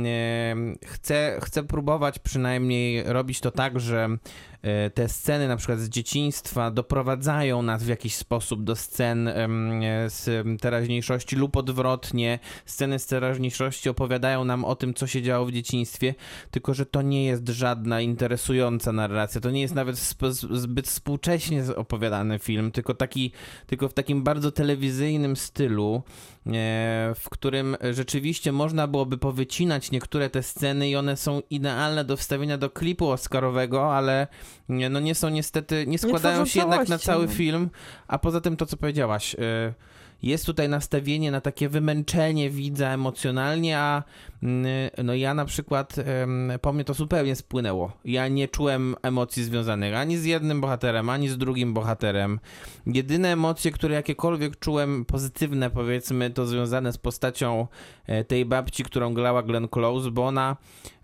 Chcę próbować przynajmniej robić to tak, że te sceny na przykład z dzieciństwa doprowadzają nas w jakiś sposób do scen z teraźniejszości lub odwrotnie. Sceny z teraźniejszości opowiadają opowiadają nam o tym, co się działo w dzieciństwie, tylko że to nie jest żadna interesująca narracja, to nie jest nawet zbyt współcześnie opowiadany film, tylko w takim bardzo telewizyjnym stylu, w którym rzeczywiście można byłoby powycinać niektóre te sceny i one są idealne do wstawienia do klipu oscarowego, ale no nie są niestety, nie składają się jednak na cały film, a poza tym to, co powiedziałaś, jest tutaj nastawienie na takie wymęczenie widza emocjonalnie, a no ja na przykład, po mnie to zupełnie spłynęło. Ja nie czułem emocji związanych ani z jednym bohaterem, ani z drugim bohaterem. Jedyne emocje, które jakiekolwiek czułem pozytywne, powiedzmy, to związane z postacią tej babci, którą grała Glenn Close, bo ona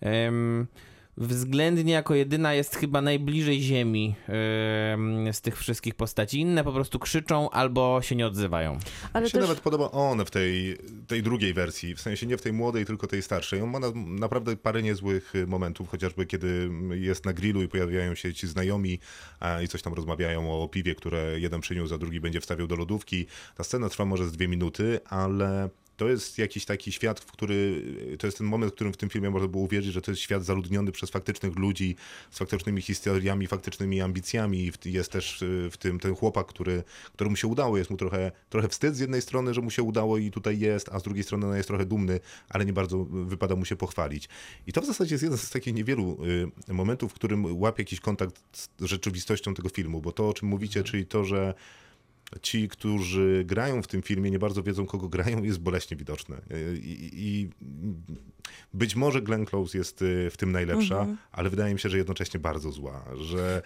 względnie jako jedyna jest chyba najbliżej ziemi z tych wszystkich postaci. Inne po prostu krzyczą albo się nie odzywają. Ale mi się nawet podoba on w tej drugiej wersji, w sensie nie w tej młodej, tylko tej starszej. On ma naprawdę parę niezłych momentów, chociażby kiedy jest na grillu i pojawiają się ci znajomi i coś tam rozmawiają o piwie, które jeden przyniósł, a drugi będzie wstawiał do lodówki. Ta scena trwa może z 2 minuty, ale to jest jakiś taki świat, to jest ten moment, w którym w tym filmie można było uwierzyć, że to jest świat zaludniony przez faktycznych ludzi, z faktycznymi historiami, faktycznymi ambicjami. Jest też w tym ten chłopak, któremu się udało. Jest mu trochę wstyd z jednej strony, że mu się udało i tutaj jest, a z drugiej strony jest trochę dumny, ale nie bardzo wypada mu się pochwalić. I to w zasadzie jest jeden z takich niewielu momentów, w którym łapie jakiś kontakt z rzeczywistością tego filmu, bo to, o czym mówicie, czyli to, że ci, którzy grają w tym filmie, nie bardzo wiedzą, kogo grają, jest boleśnie widoczne. I być może Glenn Close jest w tym najlepsza, ale wydaje mi się, że jednocześnie bardzo zła. Że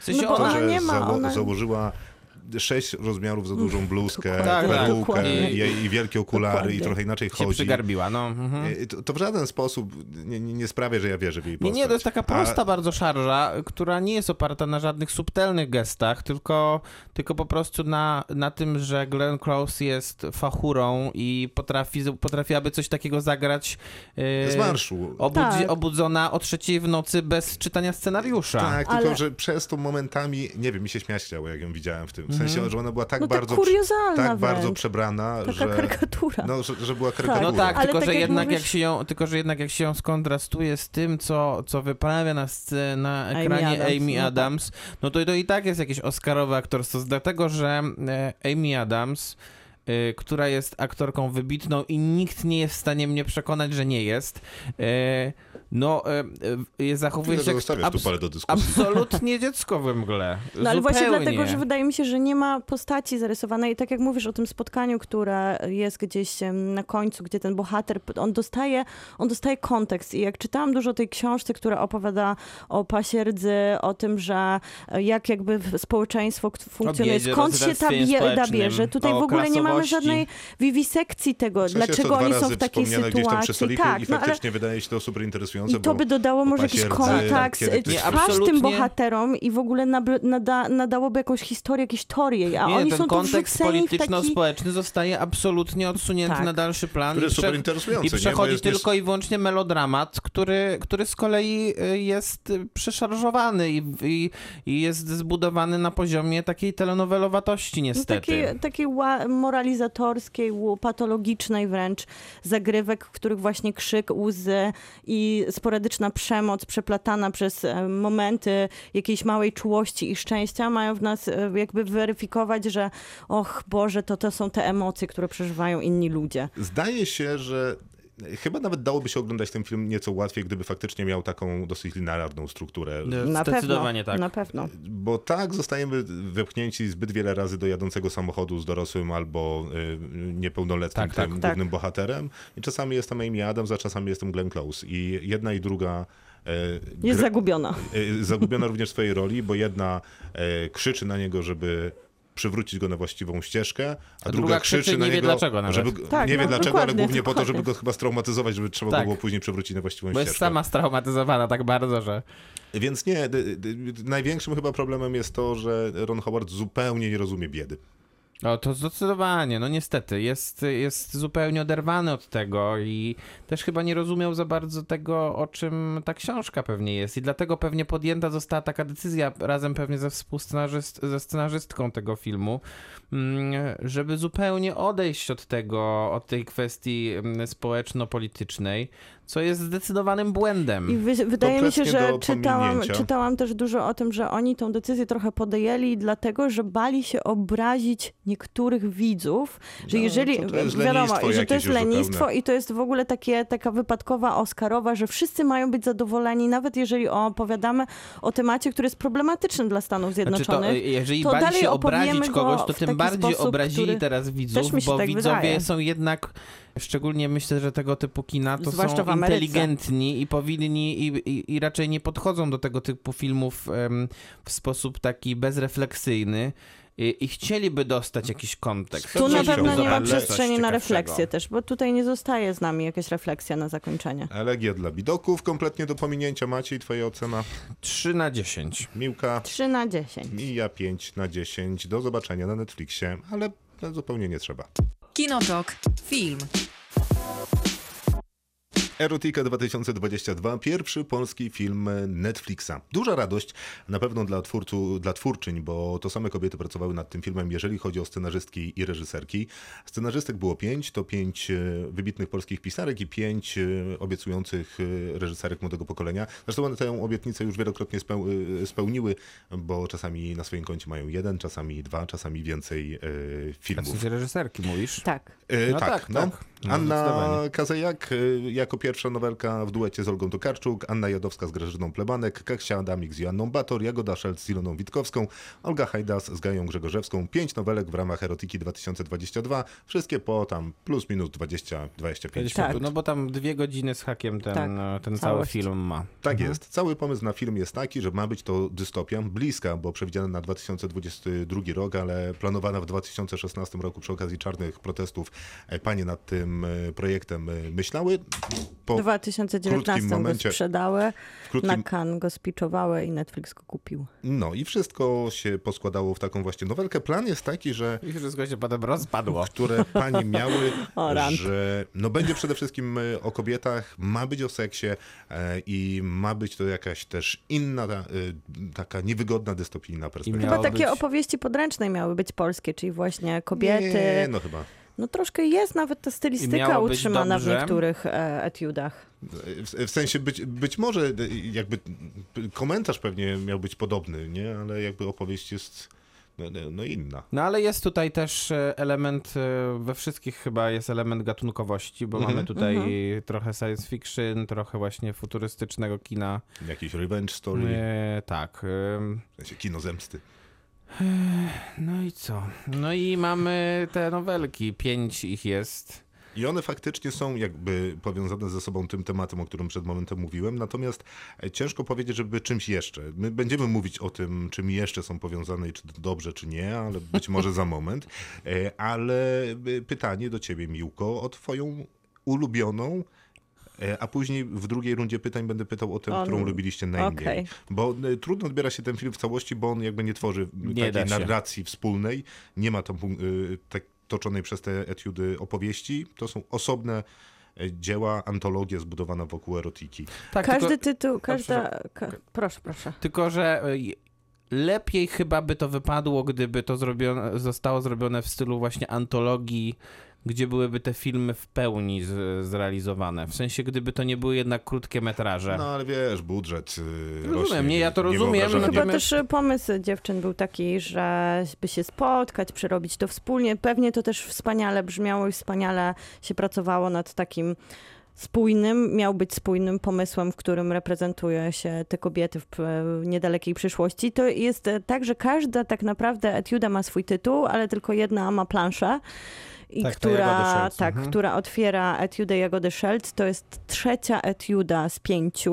założyła 6 rozmiarów za dużą bluzkę, perukę i wielkie okulary i trochę inaczej chodzi. Się przygarbiła, no. To w żaden sposób nie sprawia, że ja wierzę w jej postać. Nie, to jest taka prosta bardzo szarża, która nie jest oparta na żadnych subtelnych gestach, tylko po prostu na tym, że Glenn Close jest fachurą i potrafiłaby coś takiego zagrać z marszu. Obudzona o 3:00 w nocy bez czytania scenariusza. Tak, tylko że przez to momentami, nie wiem, mi się śmiać chciało, jak ją widziałem w tym. W sensie, że ona była tak bardzo przebrana, taka karykatura. Że była karykatura. No tak, tylko tak że jak jednak mówisz... jak się ją skontrastuje z tym, co wyprawia na ekranie Amy Adams, no to i tak jest jakieś oscarowe aktorstwo, dlatego że Amy Adams, która jest aktorką wybitną i nikt nie jest w stanie mnie przekonać, że nie jest, zachowuje się absolutnie dziecko we mgle. No ale właśnie dlatego, że wydaje mi się, że nie ma postaci zarysowanej. Tak jak mówisz o tym spotkaniu, które jest gdzieś na końcu, gdzie ten bohater, on dostaje kontekst. I jak czytałam dużo o tej książce, która opowiada o pasierdzy, o tym, że jak jakby społeczeństwo funkcjonuje, skąd się ta bieda bierze. Tutaj w ogóle nie mamy żadnej wiwisekcji tego, dlaczego oni są w takiej sytuacji. Tak, i faktycznie wydaje się to super interesujące. I to by dodało może jakiś kontakt z tym bohaterom i w ogóle nadałoby jakąś historię, jakieś teorie, a oni są tu kontekst polityczno-społeczny zostaje absolutnie odsunięty na dalszy plan. Który jest super interesujący. I przechodzi tylko i wyłącznie melodramat, który z kolei jest przeszarżowany i jest zbudowany na poziomie takiej telenowelowatości niestety. Takiej moralizatorskiej, patologicznej wręcz zagrywek, w których właśnie krzyk, łzy i sporadyczna przemoc przeplatana przez momenty jakiejś małej czułości i szczęścia mają w nas jakby weryfikować, że och Boże, to są te emocje, które przeżywają inni ludzie. Zdaje się, że chyba nawet dałoby się oglądać ten film nieco łatwiej, gdyby faktycznie miał taką dosyć linearną strukturę. Zdecydowanie tak. Na pewno. Bo tak zostajemy wepchnięci zbyt wiele razy do jadącego samochodu z dorosłym albo niepełnoletnim głównym bohaterem. I czasami jestem Amy Adams, a czasami jestem Glenn Close. I jedna i druga jest zagubiona. Zagubiona również w swojej roli, bo jedna krzyczy na niego, żeby przywrócić go na właściwą ścieżkę, a druga krzyczy na niego, nie wie dlaczego nawet. Nie wie dlaczego, ale głównie po to, żeby go chyba straumatyzować, żeby trzeba go było później przywrócić na właściwą ścieżkę. Bo jest sama straumatyzowana tak bardzo, że... Więc nie, największym chyba problemem jest to, że Ron Howard zupełnie nie rozumie biedy. O, to zdecydowanie, no niestety, jest zupełnie oderwany od tego i też chyba nie rozumiał za bardzo tego, o czym ta książka pewnie jest i dlatego pewnie podjęta została taka decyzja razem pewnie ze scenarzystką tego filmu, żeby zupełnie odejść od tego, od tej kwestii społeczno-politycznej, co jest zdecydowanym błędem. I wydaje mi się, że do pominięcia. czytałam też dużo o tym, że oni tą decyzję trochę podjęli dlatego, że bali się obrazić niektórych widzów, że jeżeli, to jest wiadomo, lenistwo że to jest jakieś już lenistwo zupełne. i to jest w ogóle taka wypadkowa oscarowa, że wszyscy mają być zadowoleni, nawet jeżeli opowiadamy o temacie, który jest problematyczny dla Stanów Zjednoczonych. Jeżeli to bali dalej się opowiemy obrazić go kogoś, to w tym taki bardziej sposób, obrazili który teraz widzów, też mi się bo tak widzowie wydaje. są jednak, szczególnie myślę, że tego typu kina, to Zwłaszcza są w Ameryce. inteligentni i powinni i raczej nie podchodzą do tego typu filmów w sposób taki bezrefleksyjny. I chcieliby dostać jakiś kontekst. Tu na Chcieliby pewno nie ma zobaczyć coś przestrzeni na ciekawszego. refleksję też, bo tutaj nie zostaje z nami jakaś refleksja na zakończenie. Elegia dla bidoków, kompletnie do pominięcia. Maciej, twoja ocena? 3/10. Miłka? 3/10. I ja 5/10. Do zobaczenia na Netflixie, ale zupełnie nie trzeba. Kinotok. Film. Erotika 2022, pierwszy polski film Netflixa. Duża radość na pewno dla twórczyń, bo to same kobiety pracowały nad tym filmem, jeżeli chodzi o scenarzystki i reżyserki. Scenarzystek było 5, to 5 wybitnych polskich pisarek i 5 obiecujących reżyserek młodego pokolenia. Zresztą one tę obietnicę już wielokrotnie spełniły, bo czasami na swoim koncie mają 1, czasami 2, czasami więcej W filmów. sensie reżyserki mówisz? Tak. No Tak. No, Anna zdecydowanie. Kazejak jako pierwsza nowelka w duecie z Olgą Tokarczuk, Anna Jadowska z Grażyną Plebanek, Kaksia Adamik z Joanną Bator, Jagoda Szelc z Iloną Witkowską, Olga Hajdas z Gają Grzegorzewską. 5 nowelek w ramach Erotiki 2022. Wszystkie po tam plus minus 20-25 Tak. minut. No bo tam 2 godziny z hakiem ten cały całość. film ma. Tak jest. Cały pomysł na film jest taki, że ma być to dystopia bliska, bo przewidziana na 2022 rok, ale planowana w 2016 roku przy okazji czarnych protestów. Panie nad tym projektem myślały. Po W 2019 krótkim go momencie- sprzedały, w krótkim na Cannes go spiczowały i Netflix go kupił. No i wszystko się poskładało w taką właśnie nowelkę. Plan jest taki, że I wszystko się potem rozpadło. które panie miały, O, rant. że no będzie przede wszystkim o kobietach, ma być o seksie i ma być to jakaś też inna, taka niewygodna, dystopijna miało Chyba takie być- opowieści podręcznej miały być polskie, czyli właśnie kobiety. Nie, no chyba. No troszkę jest nawet ta I stylistyka miało być utrzymana w dobrze. niektórych etiudach. W sensie być może jakby komentarz pewnie miał być podobny, nie? Ale jakby opowieść jest no inna. No ale jest tutaj też element, we wszystkich chyba jest element gatunkowości, bo mamy tutaj trochę science fiction, trochę właśnie futurystycznego kina. Jakiś revenge story, Tak. w sensie kino zemsty. No i co? No i mamy te nowelki, 5 ich jest. I one faktycznie są jakby powiązane ze sobą tym tematem, o którym przed momentem mówiłem, natomiast ciężko powiedzieć, żeby czymś jeszcze. My będziemy mówić o tym, czym jeszcze są powiązane i czy to dobrze, czy nie, ale być może za moment. Ale pytanie do ciebie, Miłko, o twoją ulubioną, a później w drugiej rundzie pytań będę pytał o tę, którą lubiliście najmniej. okej. Bo trudno odbiera się ten film w całości, bo on jakby nie tworzy Nie da takiej się. narracji wspólnej. Nie ma tam tak toczonej przez te etiudy opowieści. To są osobne dzieła, antologia zbudowana wokół erotiki. Tak, Każdy tylko, tytuł, proszę. tylko, że lepiej chyba by to wypadło, gdyby to zostało zrobione w stylu właśnie antologii, gdzie byłyby te filmy w pełni zrealizowane. W sensie, gdyby to nie były jednak krótkie metraże. No ale wiesz, budżet Rozumiem, rośnie. nie, ja to rozumiem, niewyobrażalnie. Chyba Natomiast- też pomysł dziewczyn był taki, że by się spotkać, przerobić to wspólnie. Pewnie to też wspaniale brzmiało i wspaniale się pracowało nad takim miał być spójnym pomysłem, w którym reprezentuje się te kobiety w niedalekiej przyszłości. To jest tak, że każda tak naprawdę etiuda ma swój tytuł, ale tylko jedna ma planszę. i Tak, ta Jagody Szelc. która otwiera etiudę Jagody Szelc. To jest 3. etiuda z 5.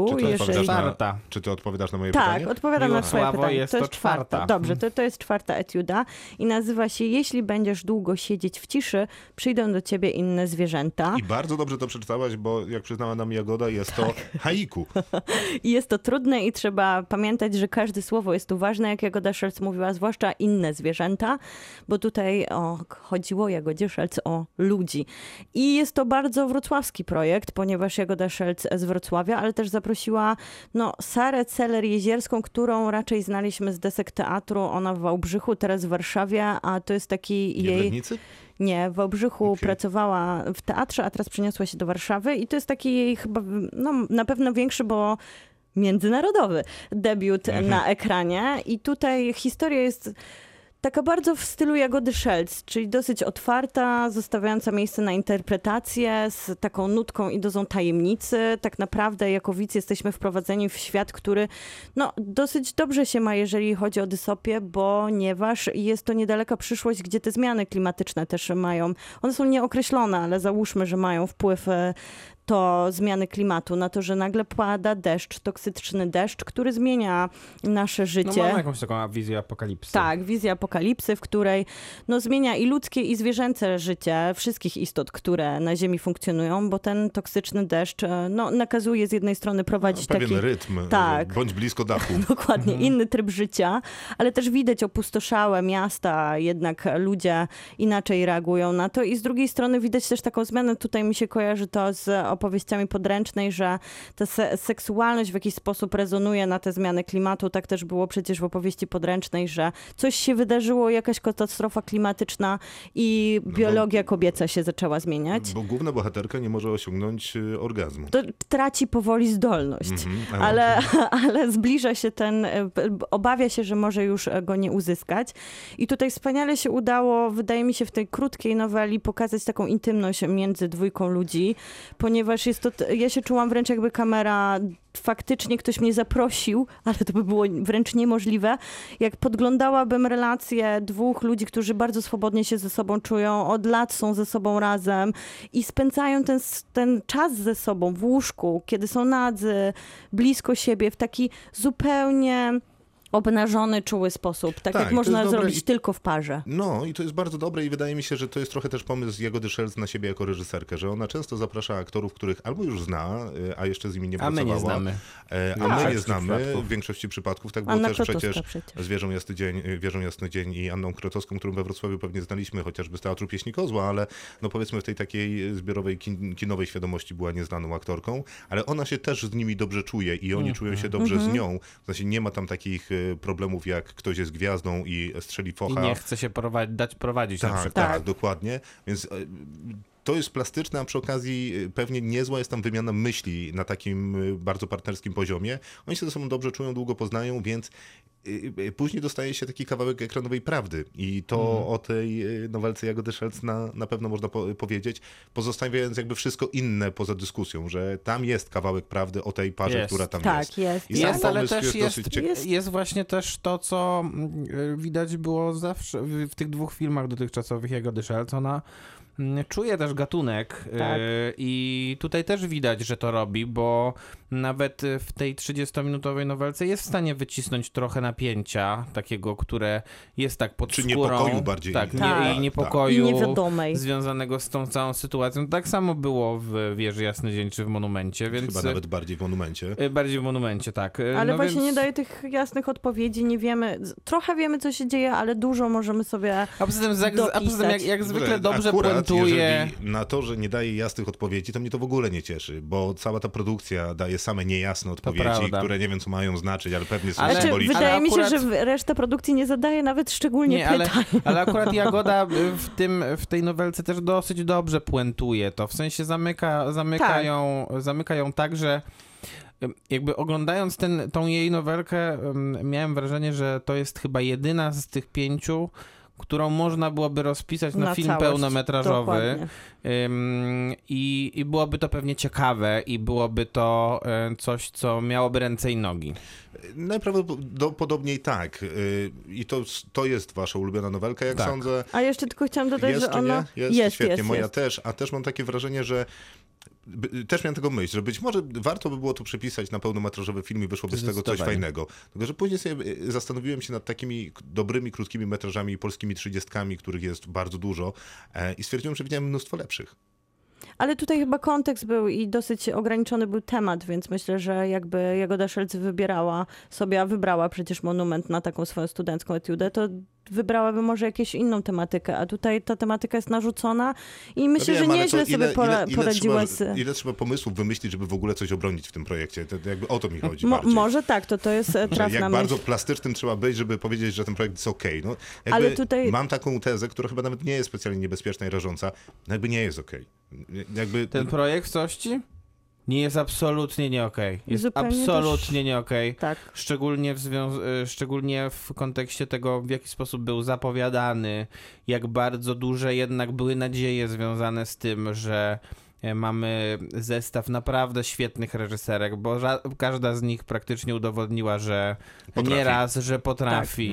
Czy ty odpowiadasz na moje tak, pytanie? odpowiadam na swoje pytanie. Jest to 4. Dobrze, to jest 4. etiuda i nazywa się Jeśli będziesz długo siedzieć w ciszy, przyjdą do ciebie inne zwierzęta. I bardzo dobrze to przeczytałaś, bo jak przyznała nam Jagoda, jest to haiku. I jest to trudne i trzeba pamiętać, że każde słowo jest tu ważne, jak Jagoda Szelc mówiła, zwłaszcza inne zwierzęta, bo tutaj chodziło Jagodzie Szelc o ludzi. I jest to bardzo wrocławski projekt, ponieważ Jagoda Szelc z Wrocławia, ale też zaprosiła Sarę Celer-Jezierską, którą raczej znaliśmy z desek teatru. Ona w Wałbrzychu, teraz w Warszawie, a to jest taki jej... Jedwabnicy? Nie, w Wałbrzychu pracowała w teatrze, a teraz przeniosła się do Warszawy i to jest taki jej chyba, na pewno większy, bo międzynarodowy debiut na ekranie. I tutaj historia jest taka bardzo w stylu Jagody Szelc, czyli dosyć otwarta, zostawiająca miejsce na interpretację z taką nutką i dozą tajemnicy. Tak naprawdę jako widz jesteśmy wprowadzeni w świat, który dosyć dobrze się ma, jeżeli chodzi o dystopię, ponieważ jest to niedaleka przyszłość, gdzie te zmiany klimatyczne też mają, one są nieokreślone, ale załóżmy, że mają wpływ to zmiany klimatu, na to, że nagle pada deszcz, toksyczny deszcz, który zmienia nasze życie. Mamy jakąś taką wizję apokalipsy. Tak, wizja apokalipsy, w której zmienia i ludzkie, i zwierzęce życie wszystkich istot, które na Ziemi funkcjonują, bo ten toksyczny deszcz nakazuje z jednej strony prowadzić pewien taki... rytm, bądź blisko dachu. Dokładnie, inny tryb życia, ale też widać opustoszałe miasta, jednak ludzie inaczej reagują na to i z drugiej strony widać też taką zmianę, tutaj mi się kojarzy to z opowieściami podręcznej, że ta seksualność w jakiś sposób rezonuje na te zmiany klimatu. Tak też było przecież w opowieści podręcznej, że coś się wydarzyło, jakaś katastrofa klimatyczna i biologia kobieca się zaczęła zmieniać. Bo główna bohaterka nie może osiągnąć orgazmu. To traci powoli zdolność, ale zbliża się obawia się, że może już go nie uzyskać. I tutaj wspaniale się udało, wydaje mi się, w tej krótkiej noweli pokazać taką intymność między dwójką ludzi, ponieważ ja się czułam wręcz jakby kamera, faktycznie ktoś mnie zaprosił, ale to by było wręcz niemożliwe. Jak podglądałabym relacje dwóch ludzi, którzy bardzo swobodnie się ze sobą czują, od lat są ze sobą razem i spędzają ten czas ze sobą w łóżku, kiedy są nadzy, blisko siebie, w taki zupełnie obnażony, czuły sposób. Tak jak można zrobić tylko w parze. No i to jest bardzo dobre i wydaje mi się, że to jest trochę też pomysł Jagody Szelc na siebie jako reżyserkę, że ona często zaprasza aktorów, których albo już zna, a jeszcze z nimi nie pracowała. A my nie znamy. My nie znamy w większości przypadków. Tak było Anna też Krotowska przecież z Wieżą Jasny Dzień i Anną Krotowską, którą we Wrocławiu pewnie znaliśmy chociażby z Teatru Pieśni Kozła, ale powiedzmy w tej takiej zbiorowej kinowej świadomości była nieznaną aktorką, ale ona się też z nimi dobrze czuje i oni czują się dobrze z nią. W sensie nie ma tam takich problemów, jak ktoś jest gwiazdą i strzeli focha. I nie chce się dać prowadzić na przykład. Tak, dokładnie. Więc to jest plastyczne, a przy okazji pewnie niezła jest tam wymiana myśli na takim bardzo partnerskim poziomie. Oni się ze sobą dobrze czują, długo poznają, więc później dostaje się taki kawałek ekranowej prawdy i to o tej nowelce Jagody Szelc na pewno można powiedzieć, pozostawiając jakby wszystko inne poza dyskusją, że tam jest kawałek prawdy o tej parze, która tam jest. Jest. I jest, ale też jest właśnie też to, co widać było zawsze w tych dwóch filmach dotychczasowych Jagody Szelc. Ona czuje też gatunek i tutaj też widać, że to robi, bo nawet w tej 30-minutowej nowelce jest w stanie wycisnąć trochę napięcia takiego, które jest tak pod skórą. Niepokoju bardziej. I niepokoju I niewiadomej. związanego z tą całą sytuacją. Tak samo było w Wieży Jasny Dzień czy w Monumencie. Więc chyba nawet bardziej w Monumencie. Bardziej w Monumencie, tak. Ale właśnie nie daje tych jasnych odpowiedzi, nie wiemy, trochę wiemy, co się dzieje, ale dużo możemy sobie A poza tym jak zwykle dobrze akurat, puentuje. Na to, że nie daje jasnych odpowiedzi, to mnie to w ogóle nie cieszy, bo cała ta produkcja daje same niejasne odpowiedzi, które nie wiem, co mają znaczyć, ale pewnie są symboliczne. Wydaje mi się, że reszta produkcji nie zadaje nawet szczególnie pytań. Ale akurat Jagoda w tej nowelce też dosyć dobrze puentuje to. W sensie zamyka ją tak, że jakby oglądając tą jej nowelkę miałem wrażenie, że to jest chyba jedyna z tych 5, którą można byłoby rozpisać na film całość, pełnometrażowy i byłoby to pewnie ciekawe i byłoby to coś, co miałoby ręce i nogi. Najprawdopodobniej tak. I to jest wasza ulubiona nowelka, jak Tak. sądzę. A jeszcze tylko chciałam dodać, Jest że czy ona... nie? Jest, świetnie. Moja jest. też. A też mam takie wrażenie, że też miałem tego myśl, że być może warto by było to przepisać na pełnometrażowy film i wyszłoby z tego coś Zdecydowanie. fajnego. Tylko, że później sobie zastanowiłem się nad takimi dobrymi, krótkimi metrażami polskimi 30-kami, których jest bardzo dużo i stwierdziłem, że widziałem mnóstwo lepszych. Ale tutaj chyba kontekst był i dosyć ograniczony był temat, więc myślę, że jakby Jagoda Szelc wybrała przecież Monument na taką swoją studencką etiudę, to wybrałaby może jakąś inną tematykę, a tutaj ta tematyka jest narzucona i myślę, Wiem, że ale nieźle to sobie poradziła z... Ile trzeba pomysłów wymyślić, żeby w ogóle coś obronić w tym projekcie? To jakby o to mi chodzi bardziej. Może tak, to jest Że trafna jak myśl. bardzo plastycznym trzeba być, żeby powiedzieć, że ten projekt jest okej. No, jakby Ale tutaj- mam taką tezę, która chyba nawet nie jest specjalnie niebezpieczna i rażąca, no jakby nie jest okej. Jakby... Ten projekt w całości nie jest absolutnie nie okej. Jest Zupełnie absolutnie nie okej. Tak. Szczególnie w kontekście tego, w jaki sposób był zapowiadany, jak bardzo duże jednak były nadzieje związane z tym, że mamy zestaw naprawdę świetnych reżyserek, bo każda z nich praktycznie udowodniła, że Potrafi. nieraz, że potrafi.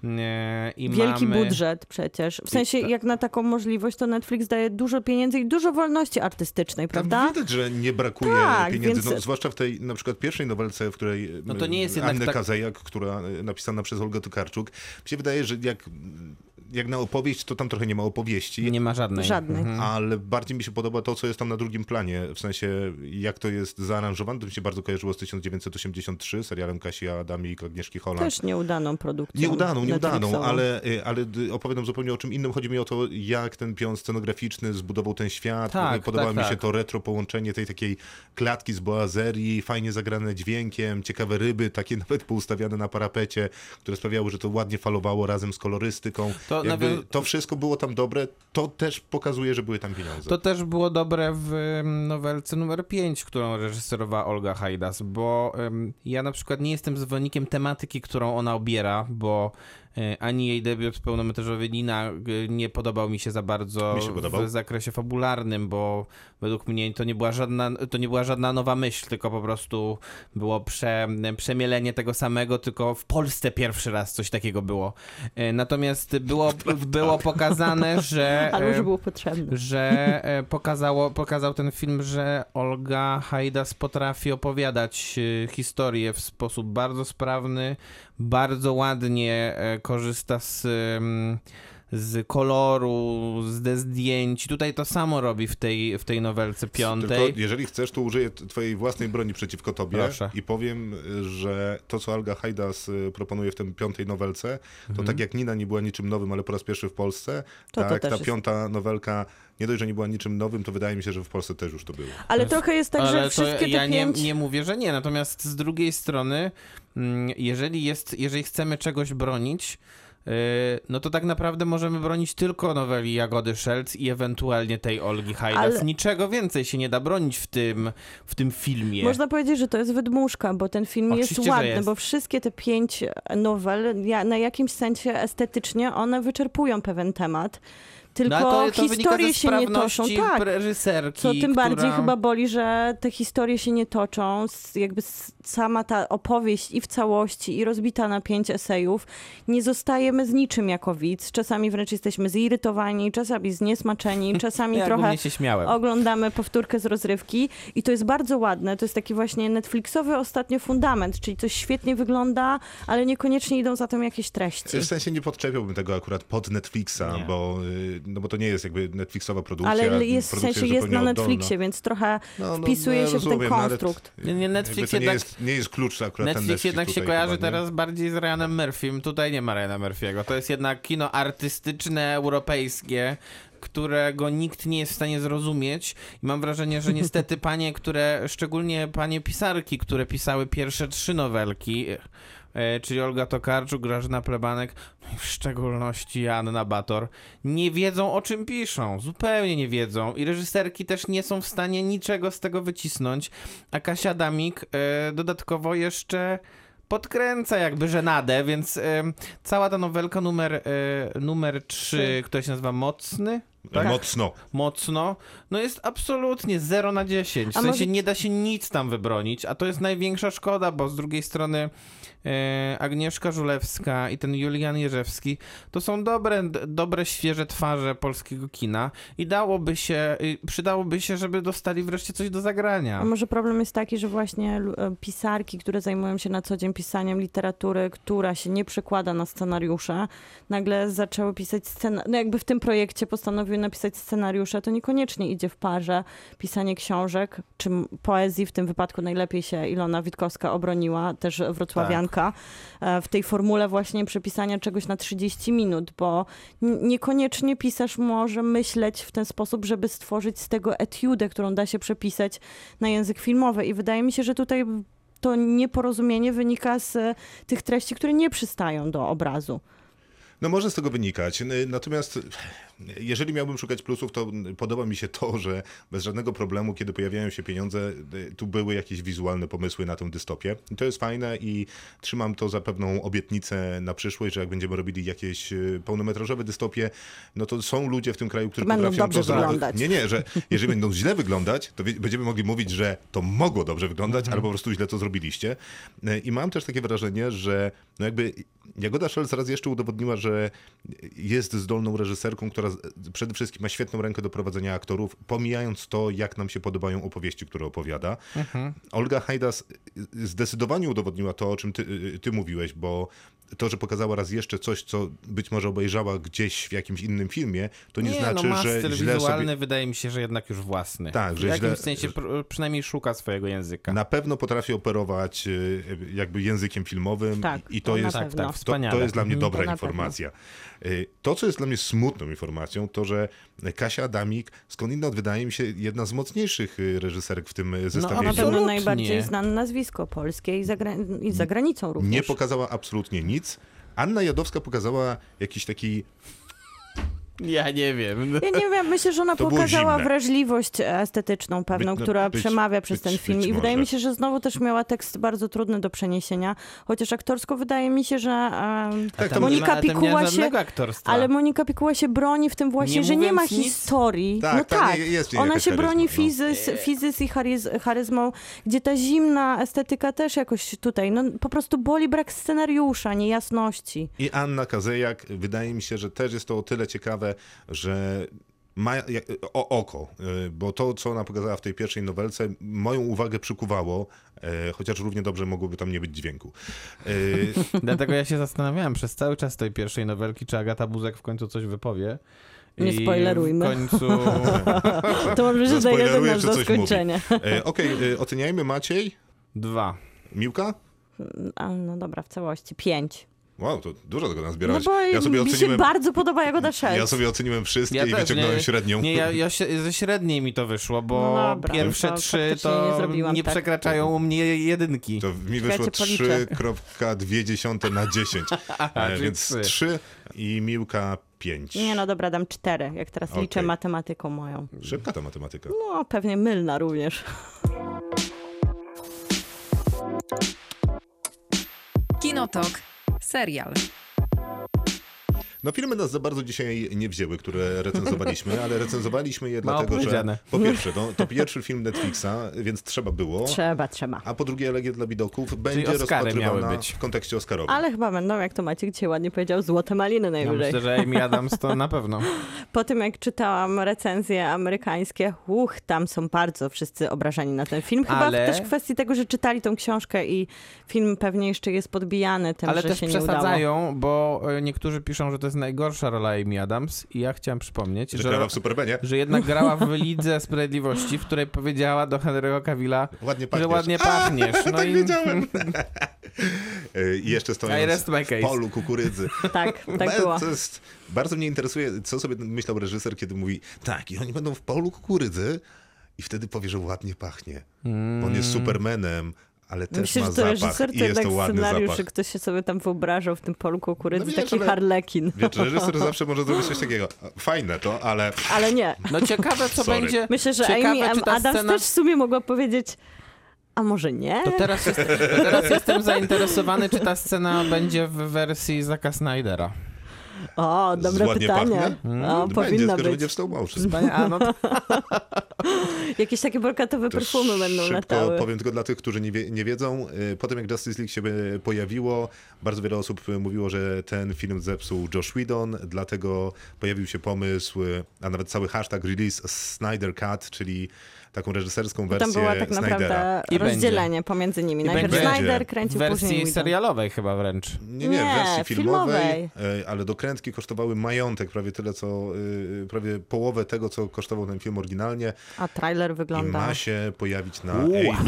I Wielki mamy... budżet przecież. W sensie tak. jak na taką możliwość, to Netflix daje dużo pieniędzy i dużo wolności artystycznej, prawda? Tam widać, że nie brakuje Tak, pieniędzy, więc- no, zwłaszcza w tej na przykład pierwszej nowelce, w której No to nie jest jednak Anny tak- Kazejak, która napisana przez Olgę Tokarczuk, mi się wydaje, że jak na opowieść, to tam trochę nie ma opowieści. Nie ma żadnej. Żadnej. Ale bardziej mi się podoba to, co jest tam na drugim planie, w sensie jak to jest zaaranżowane. To mi się bardzo kojarzyło z 1983, serialem Kasi Adamik, Agnieszki Holland. Też nieudaną produkcją. Nieudaną, Netflixową. ale opowiadam zupełnie o czym innym. Chodzi mi o to, jak ten pion scenograficzny zbudował ten świat. Tak, Podoba mi się tak. to retro połączenie tej takiej klatki z boazerii, fajnie zagrane dźwiękiem, ciekawe ryby, takie nawet poustawiane na parapecie, które sprawiały, że to ładnie falowało razem z kolorystyką. To wszystko było tam dobre, to też pokazuje, że były tam pieniądze. To też było dobre w nowelce numer 5, którą reżyserowała Olga Hajdas, bo ja na przykład nie jestem zwolennikiem tematyki, którą ona obiera, bo ani jej debiut pełnometrażowy Nina nie podobał mi się za bardzo Mi się podobał. w zakresie fabularnym, bo według mnie to nie była żadna nowa myśl, tylko po prostu było przemielenie tego samego, tylko w Polsce pierwszy raz coś takiego było. Natomiast było pokazane, że... Ale już było potrzebne. że pokazał ten film, że Olga Hajdas potrafi opowiadać historię w sposób bardzo sprawny, bardzo ładnie korzysta z koloru, ze zdjęć. Tutaj to samo robi w tej nowelce 5. Tylko jeżeli chcesz, to użyję twojej własnej broni przeciwko tobie. Proszę. I powiem, że to, co Olga Hajdas proponuje w tej 5. nowelce, to tak jak Nina nie była niczym nowym, ale po raz pierwszy w Polsce, To tak też ta jest. 5. nowelka nie dość, że nie była niczym nowym, to wydaje mi się, że w Polsce też już to było. Ale trochę jest tak, że Ale wszystkie to te ja pięć... nie mówię, że nie. Natomiast z drugiej strony, jeżeli chcemy czegoś bronić, no to tak naprawdę możemy bronić tylko noweli Jagody Szelc i ewentualnie tej Olgi Hajdas. Ale- Niczego więcej się nie da bronić w tym filmie. Można powiedzieć, że to jest wydmuszka, bo ten film Oczywiście, jest że ładny, jest. bo wszystkie te 5 nowel, na jakimś sensie estetycznie, one wyczerpują pewien temat. Tylko No, ale to wynika historie ze się nie toczą. sprawności Tak. reżyserki, Co tym bardziej która... chyba boli, że te historie się nie toczą, sama ta opowieść i w całości, i rozbita na 5 esejów, nie zostajemy z niczym jako widz. Czasami wręcz jesteśmy zirytowani, czasami zniesmaczeni, czasami Ja trochę ogólnie się śmiałem. oglądamy powtórkę z rozrywki i to jest bardzo ładne. To jest taki właśnie Netflixowy ostatnio fundament, czyli coś świetnie wygląda, ale niekoniecznie idą za tym jakieś treści. W sensie nie podczepiałbym tego akurat pod Netflixa, Nie. bo to nie jest jakby Netflixowa produkcja. Ale jest, w produkcja sensie jest zupełnie na oddolna. Netflixie, więc trochę No, wpisuje ja się w ten rozumiem, no, ale konstrukt. Nie, Netflix jakby to jednak... nie jest klucz akurat ten Netflix Netflix jednak się tutaj kojarzy chyba, nie? teraz bardziej z Ryanem Murphym. Tutaj nie ma Ryana Murphy'ego. To jest jednak kino artystyczne, europejskie, którego nikt nie jest w stanie zrozumieć. I mam wrażenie, że niestety szczególnie panie pisarki, które pisały pierwsze 3 nowelki, czyli Olga Tokarczuk, Grażyna Plebanek, no i w szczególności Joanna Bator, nie wiedzą, o czym piszą. Zupełnie nie wiedzą. I reżyserki też nie są w stanie niczego z tego wycisnąć. A Kasia Adamik dodatkowo jeszcze podkręca jakby żenadę, więc cała ta nowelka numer 3, która się nazywa Mocny, Tak? Mocno. No jest absolutnie 0 na 10. W A sensie może- nie da się nic tam wybronić, a to jest największa szkoda, bo z drugiej strony Agnieszka Żulewska i ten Julian Jerzewski to są dobre, świeże twarze polskiego kina i przydałoby się, żeby dostali wreszcie coś do zagrania. A może problem jest taki, że właśnie pisarki, które zajmują się na co dzień pisaniem literatury, która się nie przekłada na scenariusze, nagle zaczęły pisać no jakby w tym projekcie postanowiły napisać scenariusze, to niekoniecznie idzie w parze pisanie książek, czy poezji, w tym wypadku najlepiej się Ilona Witkowska obroniła, też wrocławianka, w tej formule właśnie przepisania czegoś na 30 minut, bo niekoniecznie pisarz może myśleć w ten sposób, żeby stworzyć z tego etiudę, którą da się przepisać na język filmowy. I wydaje mi się, że tutaj to nieporozumienie wynika z tych treści, które nie przystają do obrazu. No może z tego wynikać, natomiast jeżeli miałbym szukać plusów, to podoba mi się to, że bez żadnego problemu, kiedy pojawiają się pieniądze, tu były jakieś wizualne pomysły na tę dystopię. I to jest fajne i trzymam to za pewną obietnicę na przyszłość, że jak będziemy robili jakieś pełnometrażowe dystopie, no to są ludzie w tym kraju, którzy Będą potrafią dobrze to zrobić. wyglądać. Nie, że jeżeli będą źle wyglądać, to będziemy mogli mówić, że to mogło dobrze wyglądać, albo po prostu źle to zrobiliście. I mam też takie wrażenie, że no jakby Jagoda Szelc raz jeszcze udowodniła, że jest zdolną reżyserką, która przede wszystkim ma świetną rękę do prowadzenia aktorów, pomijając to, jak nam się podobają opowieści, które opowiada. Olga Hajdas zdecydowanie udowodniła to, o czym ty mówiłeś, bo to, że pokazała raz jeszcze coś, co być może obejrzała gdzieś w jakimś innym filmie, to nie znaczy, ma że styl źle wizualny, sobie... wydaje mi się, że jednak już własny. Tak, że w jakimś źle... sensie przynajmniej szuka swojego języka. Na pewno potrafi operować jakby językiem filmowym i to to jest, na pewno. to jest dla mnie dobra To na informacja. To, co jest dla mnie smutną informacją, to, że Kasia Adamik, skądinąd wydaje mi się jedna z mocniejszych reżyserek w tym zestawieniu. Na pewno Absolutnie. najbardziej znane nazwisko polskie i za granicą również. Nie pokazała absolutnie nic. Anna Jadowska pokazała jakiś taki... Ja nie wiem. Ja nie wiem, myślę, że ona To było pokazała zimne. wrażliwość estetyczną pewną, która przemawia przez ten film. I wydaje może. mi się, że znowu też miała tekst bardzo trudny do przeniesienia, chociaż aktorsko wydaje mi się, że Tak, to Monika Pikuła się... aktorstwa. Ale Monika Pikuła się broni w tym właśnie, Nie że nie ma mówiąc nic? historii. Tak, no tam tak, jest w niej ona jakaś się broni charyzma, fizyz i charyzmą, gdzie ta zimna estetyka też jakoś tutaj, no po prostu boli brak scenariusza, niejasności. I Anna Kazejak, wydaje mi się, że też jest to o tyle ciekawe, że ma oko, bo to, co ona pokazała w tej pierwszej nowelce, moją uwagę przykuwało, chociaż równie dobrze mogłoby tam nie być dźwięku. Dlatego ja się zastanawiałem przez cały czas tej pierwszej nowelki, czy Agata Buzek w końcu coś wypowie. Nie I spoilerujmy. W końcu... To może być za jeden Zaspoileruję, nasz że coś zaskoczenie. Okej, oceniajmy Maciej. 2. Miłka? No dobra, w całości 5. Wow, to dużo tego No nazbierałeś. bo Ja sobie mi się oceniłem... bardzo podoba Jagoda Szelc. Ja sobie oceniłem wszystkie i też, wyciągnąłem średnią. Nie, ja ze średniej mi to wyszło, bo No dobra, pierwsze to 3 faktycznie nie to zrobiłam nie tak. przekraczają u mnie jedynki. To mi wyszło Czekajcie, policzę. 3,2 na 10. czyli Więc 3. 3 i Miłka 5. Nie no dobra, dam 4, jak teraz liczę Okej. matematyką moją. Szybka ta matematyka. No pewnie mylna również. Kinotok. Serial. No filmy nas za bardzo dzisiaj nie wzięły, które recenzowaliśmy, ale recenzowaliśmy je dlatego, że powiedziane. po pierwsze, to pierwszy film Netflixa, więc trzeba było. Trzeba. A po drugie Elegia dla widoków będzie Oscary miały rozpatrywana być. w kontekście oscarowym. Ale chyba będą, jak to Maciek dzisiaj ładnie powiedział, złote maliny Ja najwyżej. myślę, że Amy Adams to na pewno. Po tym jak czytałam recenzje amerykańskie, tam są bardzo wszyscy obrażeni na ten film. Chyba Ale- też w kwestii tego, że czytali tą książkę i film pewnie jeszcze jest podbijany tym, Ale że też się nie udało. przesadzają, bo niektórzy piszą, że to jest najgorsza rola Amy Adams i ja chciałem przypomnieć, Że grała w Supermanie. że jednak grała w Lidze Sprawiedliwości, w której powiedziała do Henry'ego Cavilla, Ładnie że pachniesz. ładnie pachniesz. No tak i wiedziałem. I jeszcze I stojąc rest my w case. polu kukurydzy. Tak było. To jest, bardzo mnie interesuje, co sobie myślał reżyser, kiedy mówi, tak, i oni będą w polu kukurydzy i wtedy powie, że ładnie pachnie. Bo on jest Supermanem, ale też Myślę, ma że to zapach reżyser i to jest jednak to ładny scenariusz, zapach. że ktoś się sobie tam wyobrażał w tym polu kukurydzy, No wiesz, taki ale- harlekin. Wiesz, reżyser zawsze może zrobić coś takiego. Fajne to, ale Ale nie. No ciekawe, co Sorry. będzie. Myślę, że ciekawe, Amy czy ta Adams scena... też w sumie mogła powiedzieć, a może nie? To teraz jestem zainteresowany, czy ta scena będzie w wersji Zacka Snydera. O, dobre Ładnie pytanie. pachnie? O, Będzie, powinna tylko że być. będzie w slow motion. A, no to... Jakieś takie brokatowe To perfumy będą szybko latały. powiem tylko dla tych, którzy nie wiedzą. Potem jak Justice League się pojawiło, bardzo wiele osób mówiło, że ten film zepsuł Joss Whedon, dlatego pojawił się pomysł, a nawet cały hashtag release Snyder Cut, czyli taką reżyserską wersję Tam była tak Snydera. naprawdę I rozdzielenie pomiędzy nimi. Najpierw będzie. Snyder W kręcił, później wersji Whedon. serialowej chyba wręcz. Nie, Nie, w wersji filmowej, filmowej. ale dokrętki kosztowały majątek, prawie tyle, prawie połowę tego, co kosztował ten film oryginalnie A trailer i wygląda... ma się pojawić na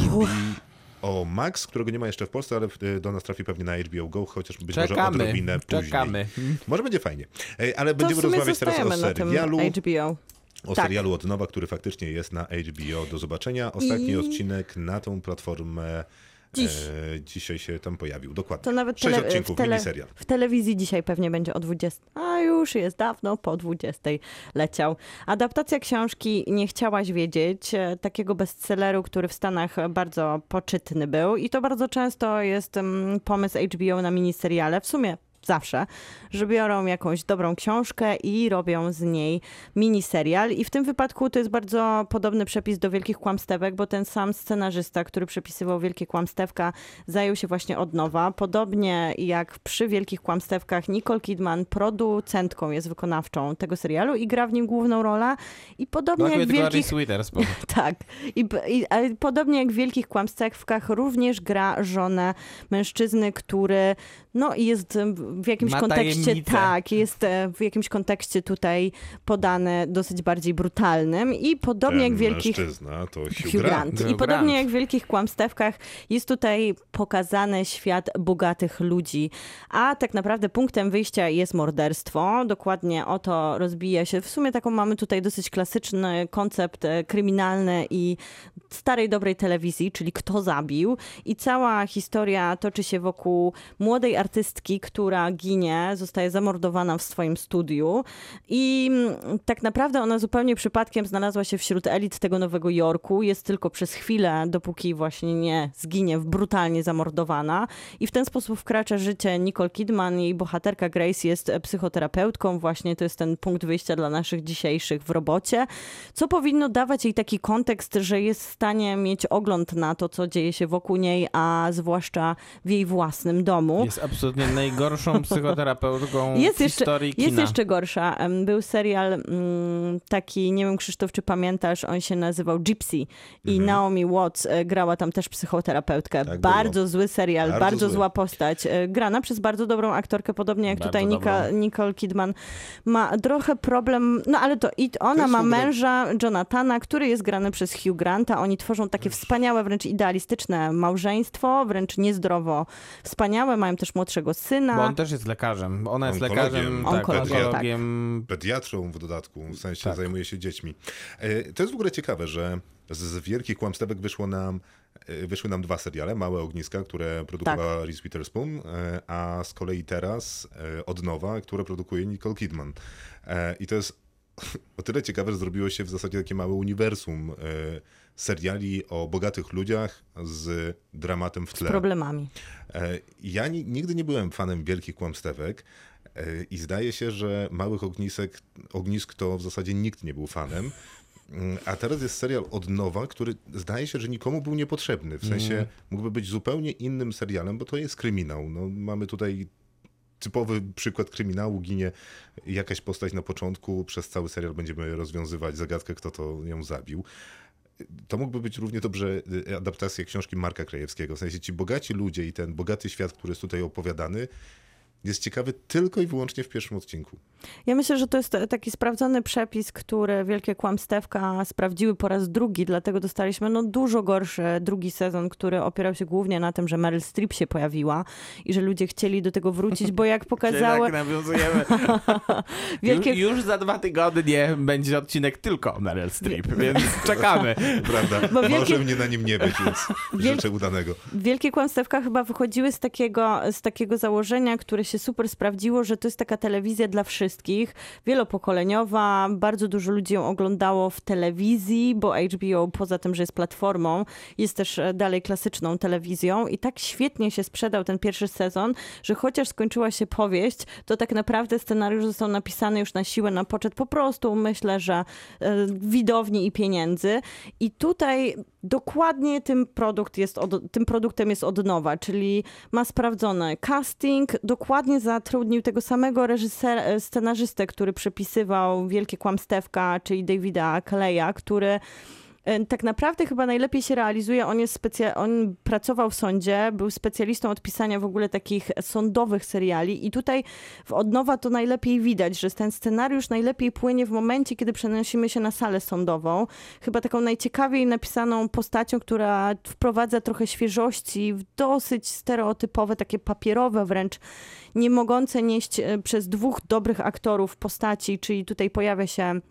HBO Max, którego nie ma jeszcze w Polsce, ale do nas trafi pewnie na HBO Go, chociaż być może odrobinę później. Czekamy. Może będzie fajnie. Ale To będziemy w sumie rozmawiać teraz o zostajemy na tym serialu. HBO. O Tak. serialu od nowa, który faktycznie jest na HBO do zobaczenia. Ostatni odcinek na tą platformę dzisiaj się tam pojawił. Dokładnie. To nawet 6 odcinków, miniserial. w telewizji dzisiaj pewnie będzie o 20. A już jest dawno po 20 leciał. Adaptacja książki Nie chciałaś wiedzieć, takiego bestselleru, który w Stanach bardzo poczytny był i to bardzo często jest pomysł HBO na miniseriale. W sumie zawsze, że biorą jakąś dobrą książkę i robią z niej miniserial. I w tym wypadku to jest bardzo podobny przepis do Wielkich Kłamstewek, bo ten sam scenarzysta, który przepisywał Wielkie Kłamstewka, zajął się właśnie od nowa. Podobnie jak przy Wielkich Kłamstewkach Nicole Kidman producentką jest wykonawczą tego serialu i gra w nim główną rolę. I podobnie jak w Wielkich... Tak. Ale podobnie jak w Wielkich Kłamstewkach również gra żonę mężczyzny, który jest w jakimś Ma kontekście, tajemnicę. tak, jest w jakimś kontekście tutaj podany dosyć bardziej brutalnym i podobnie jak w Wielkich... mężczyzna to Hugh Grant. Grant. I Grant. podobnie jak w Wielkich Kłamstewkach jest tutaj pokazany świat bogatych ludzi, a tak naprawdę punktem wyjścia jest morderstwo. Dokładnie o to rozbija się. W sumie taką mamy tutaj dosyć klasyczny koncept kryminalny i starej, dobrej telewizji, czyli kto zabił. I cała historia toczy się wokół młodej artystki, która ginie, zostaje zamordowana w swoim studiu i tak naprawdę ona zupełnie przypadkiem znalazła się wśród elit tego Nowego Jorku. Jest tylko przez chwilę, dopóki właśnie nie zginie brutalnie zamordowana i w ten sposób wkracza życie Nicole Kidman. Jej bohaterka Grace jest psychoterapeutką. Właśnie to jest ten punkt wyjścia dla naszych dzisiejszych w robocie, co powinno dawać jej taki kontekst, że jest w stanie mieć ogląd na to, co dzieje się wokół niej, a zwłaszcza w jej własnym domu. Jest absolutnie najgorszą psychoterapeutką w historii kina. Jest jeszcze gorsza. Był serial taki, nie wiem Krzysztof, czy pamiętasz, on się nazywał Gypsy i Naomi Watts grała tam też psychoterapeutkę. Tak bardzo było. zły serial, Bardzo bardzo zły. zła postać. Grana przez bardzo dobrą aktorkę, podobnie jak Bardzo tutaj dobrą. Nicole Kidman ma trochę problem, ale ona jest ma w ogóle- męża Jonathana, który jest grany przez Hugh Granta. Oni tworzą takie wspaniałe, wręcz idealistyczne małżeństwo, wręcz niezdrowo wspaniałe. Mają też młodszego syna. Bo on też jest lekarzem. Ona jest Onkologiem. lekarzem, Onkologiem, Pediatrą w dodatku, w sensie Tak. zajmuje się dziećmi. To jest w ogóle ciekawe, że z Wielkich Kłamstewek wyszły nam 2 seriale, Małe Ogniska, które produkowała Reese Witherspoon, a z kolei teraz od nowa, które produkuje Nicole Kidman. I to jest o tyle ciekawe, że zrobiło się w zasadzie takie małe uniwersum seriali o bogatych ludziach z dramatem w tle. Z problemami. Ja nigdy nie byłem fanem Wielkich Kłamstewek i zdaje się, że Małych Ognisk to w zasadzie nikt nie był fanem. A teraz jest serial od nowa, który zdaje się, że nikomu był niepotrzebny. W sensie mógłby być zupełnie innym serialem, bo to jest kryminał. Mamy tutaj typowy przykład kryminału. Ginie jakaś postać na początku, przez cały serial będziemy rozwiązywać zagadkę, kto to ją zabił. To mógłby być równie dobrze adaptacja książki Marka Krajewskiego. W sensie ci bogaci ludzie i ten bogaty świat, który jest tutaj opowiadany, jest ciekawy tylko i wyłącznie w pierwszym odcinku. Ja myślę, że to jest taki sprawdzony przepis, który Wielkie Kłamstewka sprawdziły po raz drugi, dlatego dostaliśmy dużo gorszy drugi sezon, który opierał się głównie na tym, że Meryl Streep się pojawiła i że ludzie chcieli do tego wrócić, bo jak pokazały... Tak nawiązujemy. Już za 2 tygodnie będzie odcinek tylko o Meryl Streep, więc czekamy. Prawda? Bo Może mnie na nim nie być, więc życzę udanego. Wielkie Kłamstewka chyba wychodziły z takiego założenia, które się super sprawdziło, że to jest taka telewizja dla wszystkich, wielopokoleniowa, bardzo dużo ludzi ją oglądało w telewizji, bo HBO poza tym, że jest platformą, jest też dalej klasyczną telewizją i tak świetnie się sprzedał ten pierwszy sezon, że chociaż skończyła się powieść, to tak naprawdę scenariusz został napisany już na siłę, na poczet, po prostu myślę, że widowni i pieniędzy. I tutaj dokładnie tym produktem jest od nowa, czyli ma sprawdzony casting, dokładnie zatrudnił tego samego scenarzystę, który przepisywał Wielkie Kłamstewka, czyli Davida Kaleya, który tak naprawdę chyba najlepiej się realizuje. On pracował w sądzie, był specjalistą od pisania w ogóle takich sądowych seriali i tutaj od nowa to najlepiej widać, że ten scenariusz najlepiej płynie w momencie, kiedy przenosimy się na salę sądową. Chyba taką najciekawiej napisaną postacią, która wprowadza trochę świeżości w dosyć stereotypowe, takie papierowe wręcz, nie mogące nieść przez dwóch dobrych aktorów postaci, czyli tutaj pojawia się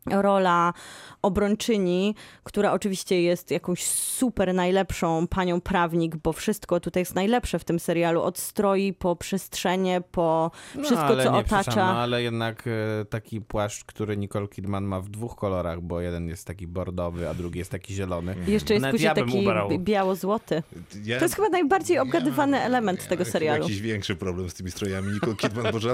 rola obrończyni, która oczywiście jest jakąś super najlepszą panią prawnik, bo wszystko tutaj jest najlepsze w tym serialu, od stroi po przestrzenie, po wszystko, co otacza. Ale jednak taki płaszcz, który Nicole Kidman ma w dwóch kolorach, bo jeden jest taki bordowy, a drugi jest taki zielony. Jeszcze jest później taki biało-złoty. To jest chyba najbardziej obgadywany element tego serialu. Jakiś większy problem z tymi strojami Nicole Kidman, bo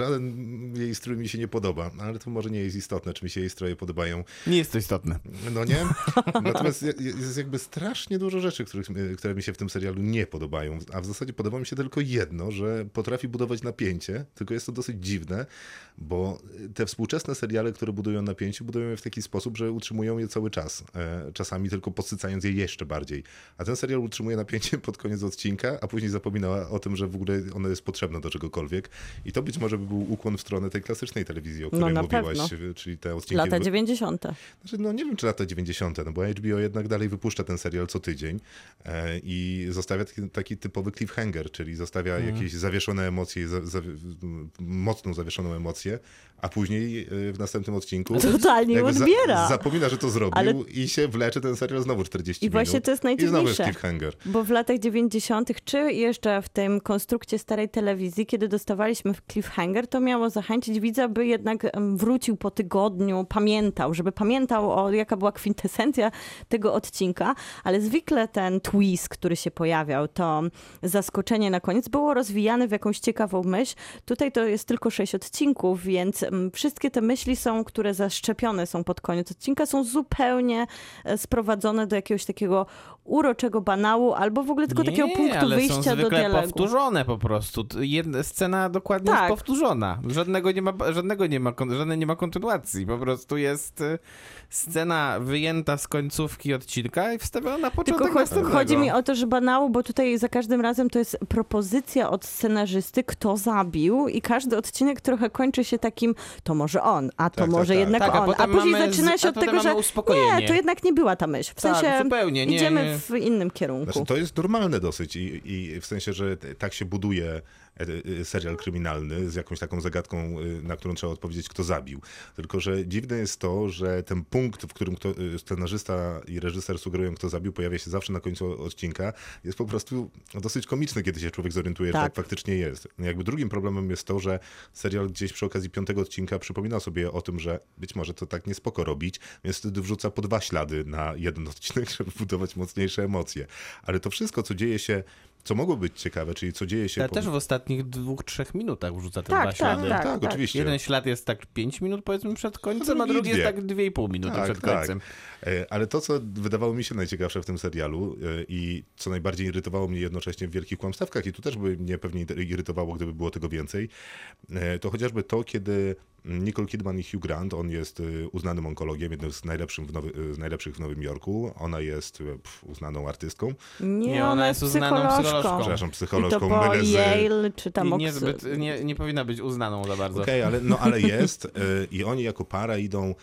żaden jej strój mi się nie podoba, ale to może nie jest istotne, czy mi się jej stroje podobają. Nie jest to istotne. No nie? Natomiast jest jakby strasznie dużo rzeczy, które mi się w tym serialu nie podobają, a w zasadzie podoba mi się tylko jedno, że potrafi budować napięcie, tylko jest to dosyć dziwne, bo te współczesne seriale, które budują napięcie, budują je w taki sposób, że utrzymują je cały czas, czasami tylko podsycając je jeszcze bardziej. A ten serial utrzymuje napięcie pod koniec odcinka, a później zapomina o tym, że w ogóle ono jest potrzebne do czegokolwiek. I to być może by był ukłon w stronę tej klasycznej telewizji, o której mówiłaś, czyli te odcinki. Lata 90. Znaczy, no nie wiem, czy lata 90., no bo HBO jednak dalej wypuszcza ten serial co tydzień i zostawia taki typowy cliffhanger, czyli zostawia jakieś zawieszone emocje, mocną zawieszoną emocję, a później w następnym odcinku totalnie odbiera. Zapomina, że to zrobił i się wlecze ten serial znowu 40 minut. I właśnie to jest najdziwniejsze, i znowu jest cliffhanger. Bo w latach 90., czy jeszcze w tym konstrukcie starej telewizji, kiedy dostawaliśmy cliffhanger, to miało zachęcić widza, by jednak wrócił po tygodniu, żeby pamiętał, jaka była kwintesencja tego odcinka, ale zwykle ten twist, który się pojawiał, to zaskoczenie na koniec, było rozwijane w jakąś ciekawą myśl. Tutaj to jest tylko 6 odcinków, więc wszystkie te myśli które zaszczepione są pod koniec odcinka, są zupełnie sprowadzone do jakiegoś takiego uroczego banału, albo w ogóle tylko takiego punktu wyjścia do dialogu. Powtórzone po prostu. Scena dokładnie jest powtórzona. Żadnej nie ma kontynuacji. Po prostu jest scena wyjęta z końcówki odcinka i wstawiona na początek następnego. Chodzi mi o to, że banału, bo tutaj za każdym razem to jest propozycja od scenarzysty, kto zabił i każdy odcinek trochę kończy się takim, to może on, a to może jednak on. A później zaczyna się od tego, że nie, to jednak nie była ta myśl. W sensie zupełnie, idziemy w innym kierunku. Znaczy, to jest normalne dosyć i w sensie, że tak się buduje serial kryminalny z jakąś taką zagadką, na którą trzeba odpowiedzieć, kto zabił. Tylko że dziwne jest to, że ten punkt, w którym scenarzysta i reżyser sugerują, kto zabił, pojawia się zawsze na końcu odcinka, jest po prostu dosyć komiczny, kiedy się człowiek zorientuje, że tak faktycznie jest. Jakby drugim problemem jest to, że serial gdzieś przy okazji 5. odcinka przypomina sobie o tym, że być może to tak niespoko robić, więc wtedy wrzuca po 2 ślady na jeden odcinek, żeby budować mocniejsze emocje. Ale to wszystko, co dzieje się, co mogło być ciekawe, czyli co dzieje się... Ale też w ostatnich 2-3 minutach wrzuca te 2 ślady. Tak, oczywiście. Jeden ślad jest tak 5 minut powiedzmy przed końcem, a drugi jest tak 2,5 minuty przed końcem. Ale to, co wydawało mi się najciekawsze w tym serialu i co najbardziej irytowało mnie jednocześnie w Wielkich Kłamstewkach i tu też by mnie pewnie irytowało, gdyby było tego więcej, to chociażby to, kiedy Nicole Kidman i Hugh Grant, on jest uznanym onkologiem, jednym z najlepszych w Nowym Jorku. Ona jest uznaną artystką. Nie, ona jest uznaną psycholożką. Przepraszam, psycholożką. I to po Yale, czy tam nie powinna być uznaną za bardzo. Okej, ale jest. I oni jako para idą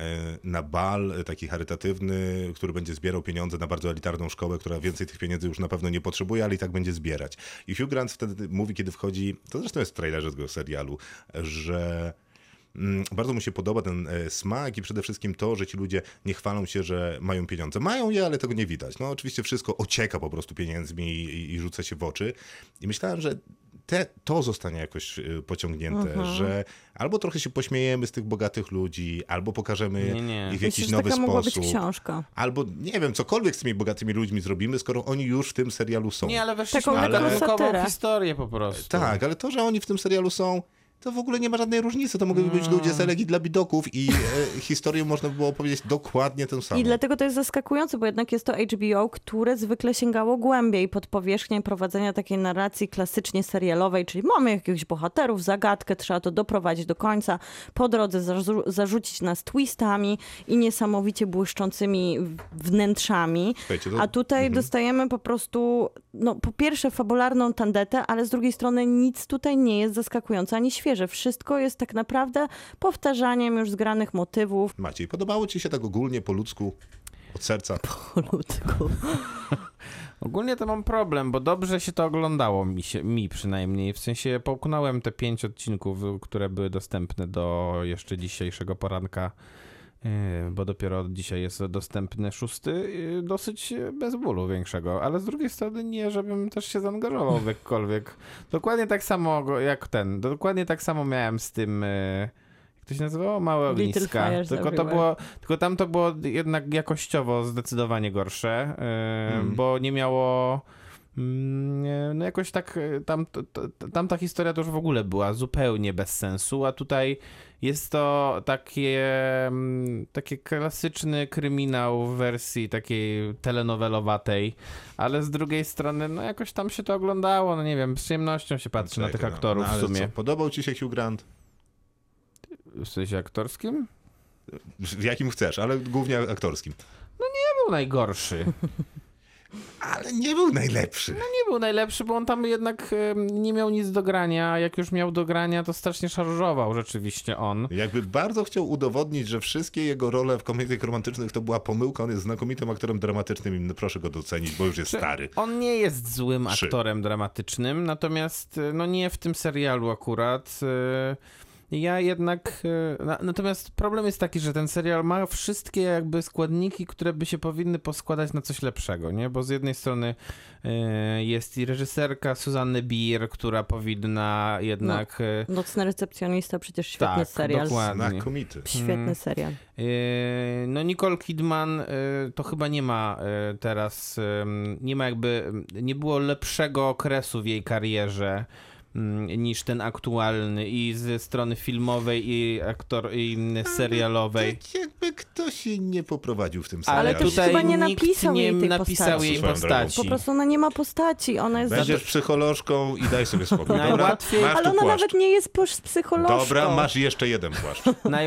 na bal taki charytatywny, który będzie zbierał pieniądze na bardzo elitarną szkołę, która więcej tych pieniędzy już na pewno nie potrzebuje, ale i tak będzie zbierać. I Hugh Grant wtedy mówi, kiedy wchodzi, to zresztą jest w trailerze tego serialu, że bardzo mu się podoba ten smak i przede wszystkim to, że ci ludzie nie chwalą się, że mają pieniądze. Mają je, ale tego nie widać. No oczywiście wszystko ocieka po prostu pieniędzmi i rzuca się w oczy. I myślałem, że to zostanie jakoś pociągnięte, że albo trochę się pośmiejemy z tych bogatych ludzi, albo pokażemy ich w jakiś Myślę, że nowy taka mogła być sposób. książka. Albo, nie wiem, cokolwiek z tymi bogatymi ludźmi zrobimy, skoro oni już w tym serialu są. Nie, ale weszliśmy Taką na lekką gadunkową satyrę. historię po prostu. Tak, ale to, że oni w tym serialu są, to w ogóle nie ma żadnej różnicy. To mogłyby być ludzie z Elegii dla bidoków i historię można by było opowiedzieć dokładnie tę samą. I dlatego to jest zaskakujące, bo jednak jest to HBO, które zwykle sięgało głębiej pod powierzchnię prowadzenia takiej narracji klasycznie serialowej, czyli mamy jakiegoś bohaterów, zagadkę, trzeba to doprowadzić do końca, po drodze zarzucić nas twistami i niesamowicie błyszczącymi wnętrzami. Słuchajcie, to... A tutaj dostajemy po prostu, no po pierwsze fabularną tandetę, ale z drugiej strony nic tutaj nie jest zaskakujące ani świeże. Wszystko jest tak naprawdę powtarzaniem już zgranych motywów. Maciej, podobało ci się tak ogólnie po ludzku, od serca? Po ludzku. Ogólnie to mam problem, bo dobrze się to oglądało mi przynajmniej. W sensie połknąłem te 5 odcinków, które były dostępne do jeszcze dzisiejszego poranka, bo dopiero dzisiaj jest dostępny 6, dosyć bez bólu większego, ale z drugiej strony nie, żebym też się zaangażował w jakkolwiek. Dokładnie tak samo jak dokładnie tak samo miałem z tym, jak to się nazywało? Małe ogniska. Tylko tam to było jednak jakościowo zdecydowanie gorsze, bo nie miało... No jakoś tak tam ta historia to już w ogóle była zupełnie bez sensu, a tutaj jest to taki klasyczny kryminał w wersji takiej telenowelowatej, ale z drugiej strony no jakoś tam się to oglądało, no nie wiem, z przyjemnością się patrzy na tych aktorów w sumie. Co, podobał ci się Hugh Grant? W sensie aktorskim? W jakim chcesz, ale głównie aktorskim. No nie był najgorszy. Ale nie był najlepszy. No nie był najlepszy, bo on tam jednak nie miał nic do grania, a jak już miał do grania, to strasznie szarżował rzeczywiście on. Jakby bardzo chciał udowodnić, że wszystkie jego role w komediach romantycznych to była pomyłka, on jest znakomitym aktorem dramatycznym i proszę go docenić, bo już jest stary. On nie jest złym aktorem dramatycznym, natomiast no nie w tym serialu akurat. Ja jednak... Natomiast problem jest taki, że ten serial ma wszystkie jakby składniki, które by się powinny poskładać na coś lepszego, nie? Bo z jednej strony jest i reżyserka Suzanne Bier, która powinna jednak... Nocny recepcjonista, przecież świetny serial. Dokładnie. Znakomity. Świetny serial. No Nicole Kidman to chyba nie ma teraz... Nie było lepszego okresu w jej karierze niż ten aktualny i ze strony filmowej i serialowej. Tak jakby ktoś jej nie poprowadził w tym serialu. Ale tutaj chyba nie napisał jej tej napisał jej postaci. Po prostu ona nie ma postaci. Ona jest Będziesz psycholożką i daj sobie spokój. Najłatwiej... Dobra, ale ona nawet nie jest psycholożką. Dobra, masz jeszcze jeden płaszcz.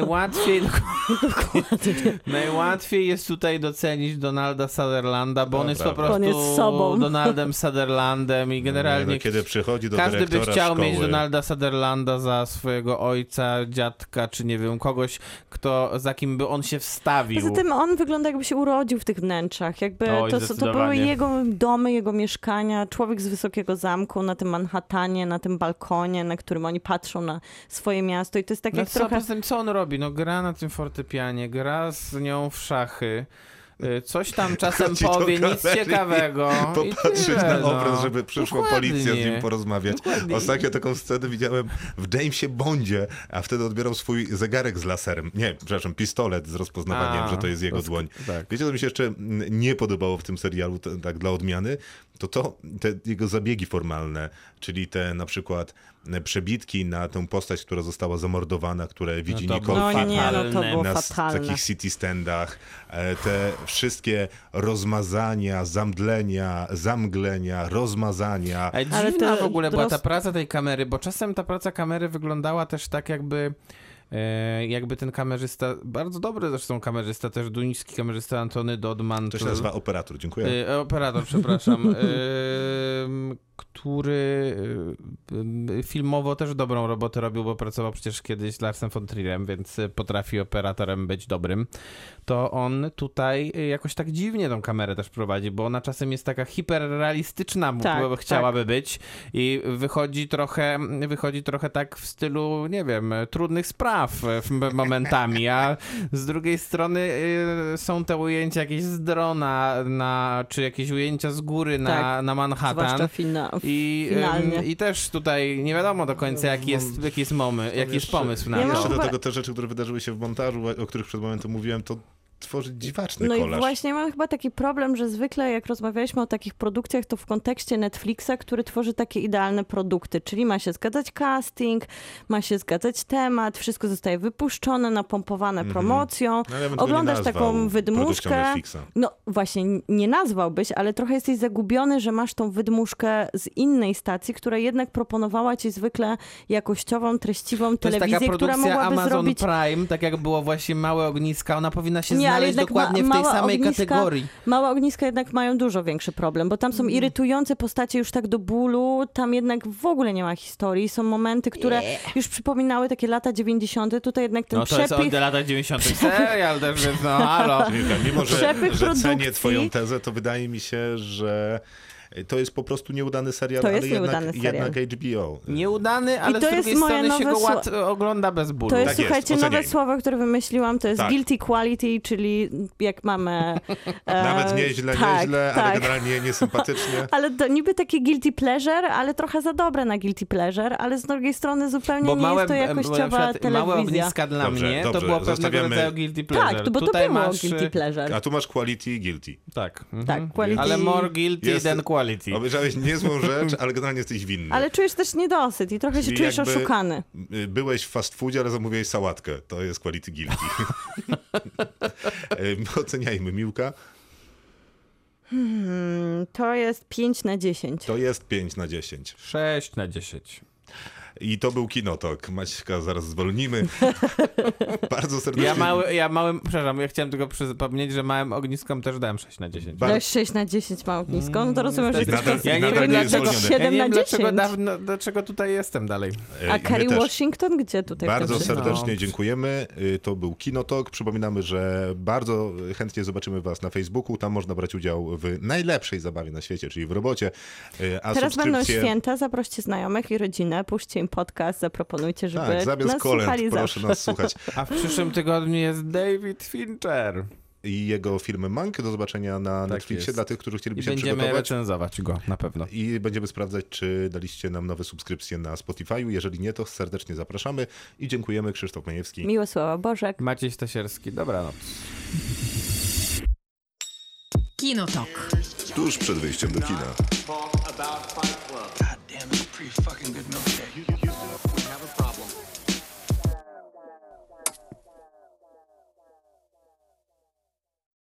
Najłatwiej jest tutaj docenić Donalda Sutherlanda, bo on jest po On jest prostu sobą. Donaldem Sutherlandem i generalnie... No, kiedy przychodzi do każdy by dyrektora chciał szkoły. mieć Donalda Sutherlanda za swojego ojca, dziadka, czy nie wiem, kogoś, za kim by on się wstawił. Poza tym on wygląda, jakby się urodził w tych wnętrzach. Jakby to były jego domy, jego mieszkania, człowiek z wysokiego zamku na tym Manhattanie, na tym balkonie, na którym oni patrzą na swoje miasto i to jest tak jak trochę... Poza tym, co on robi? No gra na tym fortepianie, gra z nią w szachy. Coś tam czasem powie, nic ciekawego. Popatrzeć na obraz, żeby przyszła Dokładnie. policja z nim porozmawiać. Dokładnie. Ostatnio taką scenę widziałem w Jamesie Bondzie, a wtedy odbierał swój zegarek z laserem. Nie, przepraszam, pistolet z rozpoznawaniem, że to jest jego dłoń. Tak. Wiecie, co mi się jeszcze nie podobało w tym serialu, tak dla odmiany? Te jego zabiegi formalne, czyli te na przykład przebitki na tę postać, która została zamordowana, które widzi Nicole Kidman to było na fatalne. takich city standach, te wszystkie rozmazania, zamdlenia, zamglenia, rozmazania. Ale dziwna w ogóle była ta praca tej kamery, bo czasem ta praca kamery wyglądała też tak jakby ten kamerzysta, bardzo dobry zresztą kamerzysta, też duński kamerzysta Antony Dodman. To się nazywa operator, dziękuję. Operator, przepraszam. Który filmowo też dobrą robotę robił, bo pracował przecież kiedyś z Larsem von Trierem, więc potrafi operatorem być dobrym. To on tutaj jakoś tak dziwnie tą kamerę też prowadzi, bo ona czasem jest taka hiperrealistyczna, chciałaby być i wychodzi trochę tak w stylu, nie wiem, trudnych spraw momentami, a z drugiej strony są te ujęcia jakieś z drona, czy jakieś ujęcia z góry na Manhattan. Zwłaszcza finalnie. I też tutaj nie wiadomo do końca, jaki jest pomysł na Ja to. Jeszcze do chyba- tego te rzeczy, które wydarzyły się w montażu, o których przed momentem mówiłem, to tworzy dziwaczny No kolaż. i właśnie mam chyba taki problem, że zwykle jak rozmawialiśmy o takich produkcjach, to w kontekście Netflixa, który tworzy takie idealne produkty, czyli ma się zgadzać casting, ma się zgadzać temat, wszystko zostaje wypuszczone, napompowane promocją, No, ale ja bym tego oglądasz nie nazwał taką produkcją wydmuszkę. Netflixa. No właśnie, nie nazwałbyś, ale trochę jesteś zagubiony, że masz tą wydmuszkę z innej stacji, która jednak proponowała ci zwykle jakościową, treściwą To jest taka telewizję, która produkcja mogłaby Amazon zrobić... Prime, tak jak było właśnie Małe Ogniska, ona powinna się Nie, ale znaleźć jednak dokładnie w tej Małe samej Ogniska- kategorii. Małe ogniska jednak mają dużo większy problem, bo tam są irytujące postacie już tak do bólu, tam jednak w ogóle nie ma historii, są momenty, które już przypominały takie lata 90. Tutaj jednak ten No to jest przepych... od lat 90. serial też, więc no halo. Milka, mimo Przepych że cenię produkcji. twoją tezę, to wydaje mi się, że to jest po prostu nieudany serial, To jest ale nieudany serial. jednak HBO. Nieudany, ale to z drugiej jest moje strony się nowe go ogląda bez bólu. To jest, Tak jest, słuchajcie, nowe oceniajmy. słowo, które wymyśliłam, to jest Tak. guilty quality, czyli jak mamy... Nawet nieźle, tak, nieźle, ale tak. generalnie niesympatycznie. Ale to niby takie guilty pleasure, ale trochę za dobre na guilty pleasure, ale z drugiej strony zupełnie Bo nie małe, jest to bo na jakościowa przykład telewizja. Małe Ogniska dla Dobrze, mnie to dobrze, było pewnego zostawiamy- rodzaju guilty pleasure. Tak, bo to Tutaj było masz... guilty pleasure. A tu masz quality, guilty. Tak. Tak, quality. Ale more guilty Jest- than quality. Obejrzałeś niezłą rzecz, ale generalnie jesteś winny. Ale czujesz też niedosyt i trochę się Czyli czujesz jakby oszukany. Byłeś w fast foodzie, ale zamówiłeś sałatkę. To jest quality guilty. Oceniajmy, Miłka. To jest 5/10. To jest 5/10. 6/10. I to był Kinotok. Maćka zaraz zwolnimy. Bardzo serdecznie. Przepraszam, ja chciałem tylko przypomnieć, że Małym Ogniskom też dałem 6/10. Ba- Dałeś 6/10 małe ognisko? No to rozumiem, że niestety. jesteś Nadal- Ja nie nadal wiem nie jest dlaczego, zwolniony. Siedem ja nie na wiem 10. dlaczego tutaj jestem dalej. A I my Kerry też. Washington gdzie tutaj? w tym Bardzo wszystkim? serdecznie No. dziękujemy. To był Kinotok. Przypominamy, że bardzo chętnie zobaczymy was na Facebooku. Tam można brać udział w najlepszej zabawie na świecie, czyli w robocie. A Teraz będą subskrypcje- święta, zaproście znajomych i rodzinę, puśćcie im podcast, zaproponujcie, żeby Tak, zamiast nas kolęd, słuchali proszę zawsze. nas słuchać. A w przyszłym tygodniu jest David Fincher. I jego filmy Mank do zobaczenia na Netflixie jest. dla tych, którzy chcieliby I się będziemy przygotować. recenzować go, na pewno. I będziemy sprawdzać, czy daliście nam nowe subskrypcje na Spotify'u. Jeżeli nie, to serdecznie zapraszamy i dziękujemy. Krzysztof Majewski. Miłe słowa, Bożek. Maciej Stasierski, dobranoc. Kinotok. Tuż przed wyjściem do kina. Talk about Fight Club. God damn, it's a pretty fucking good movie.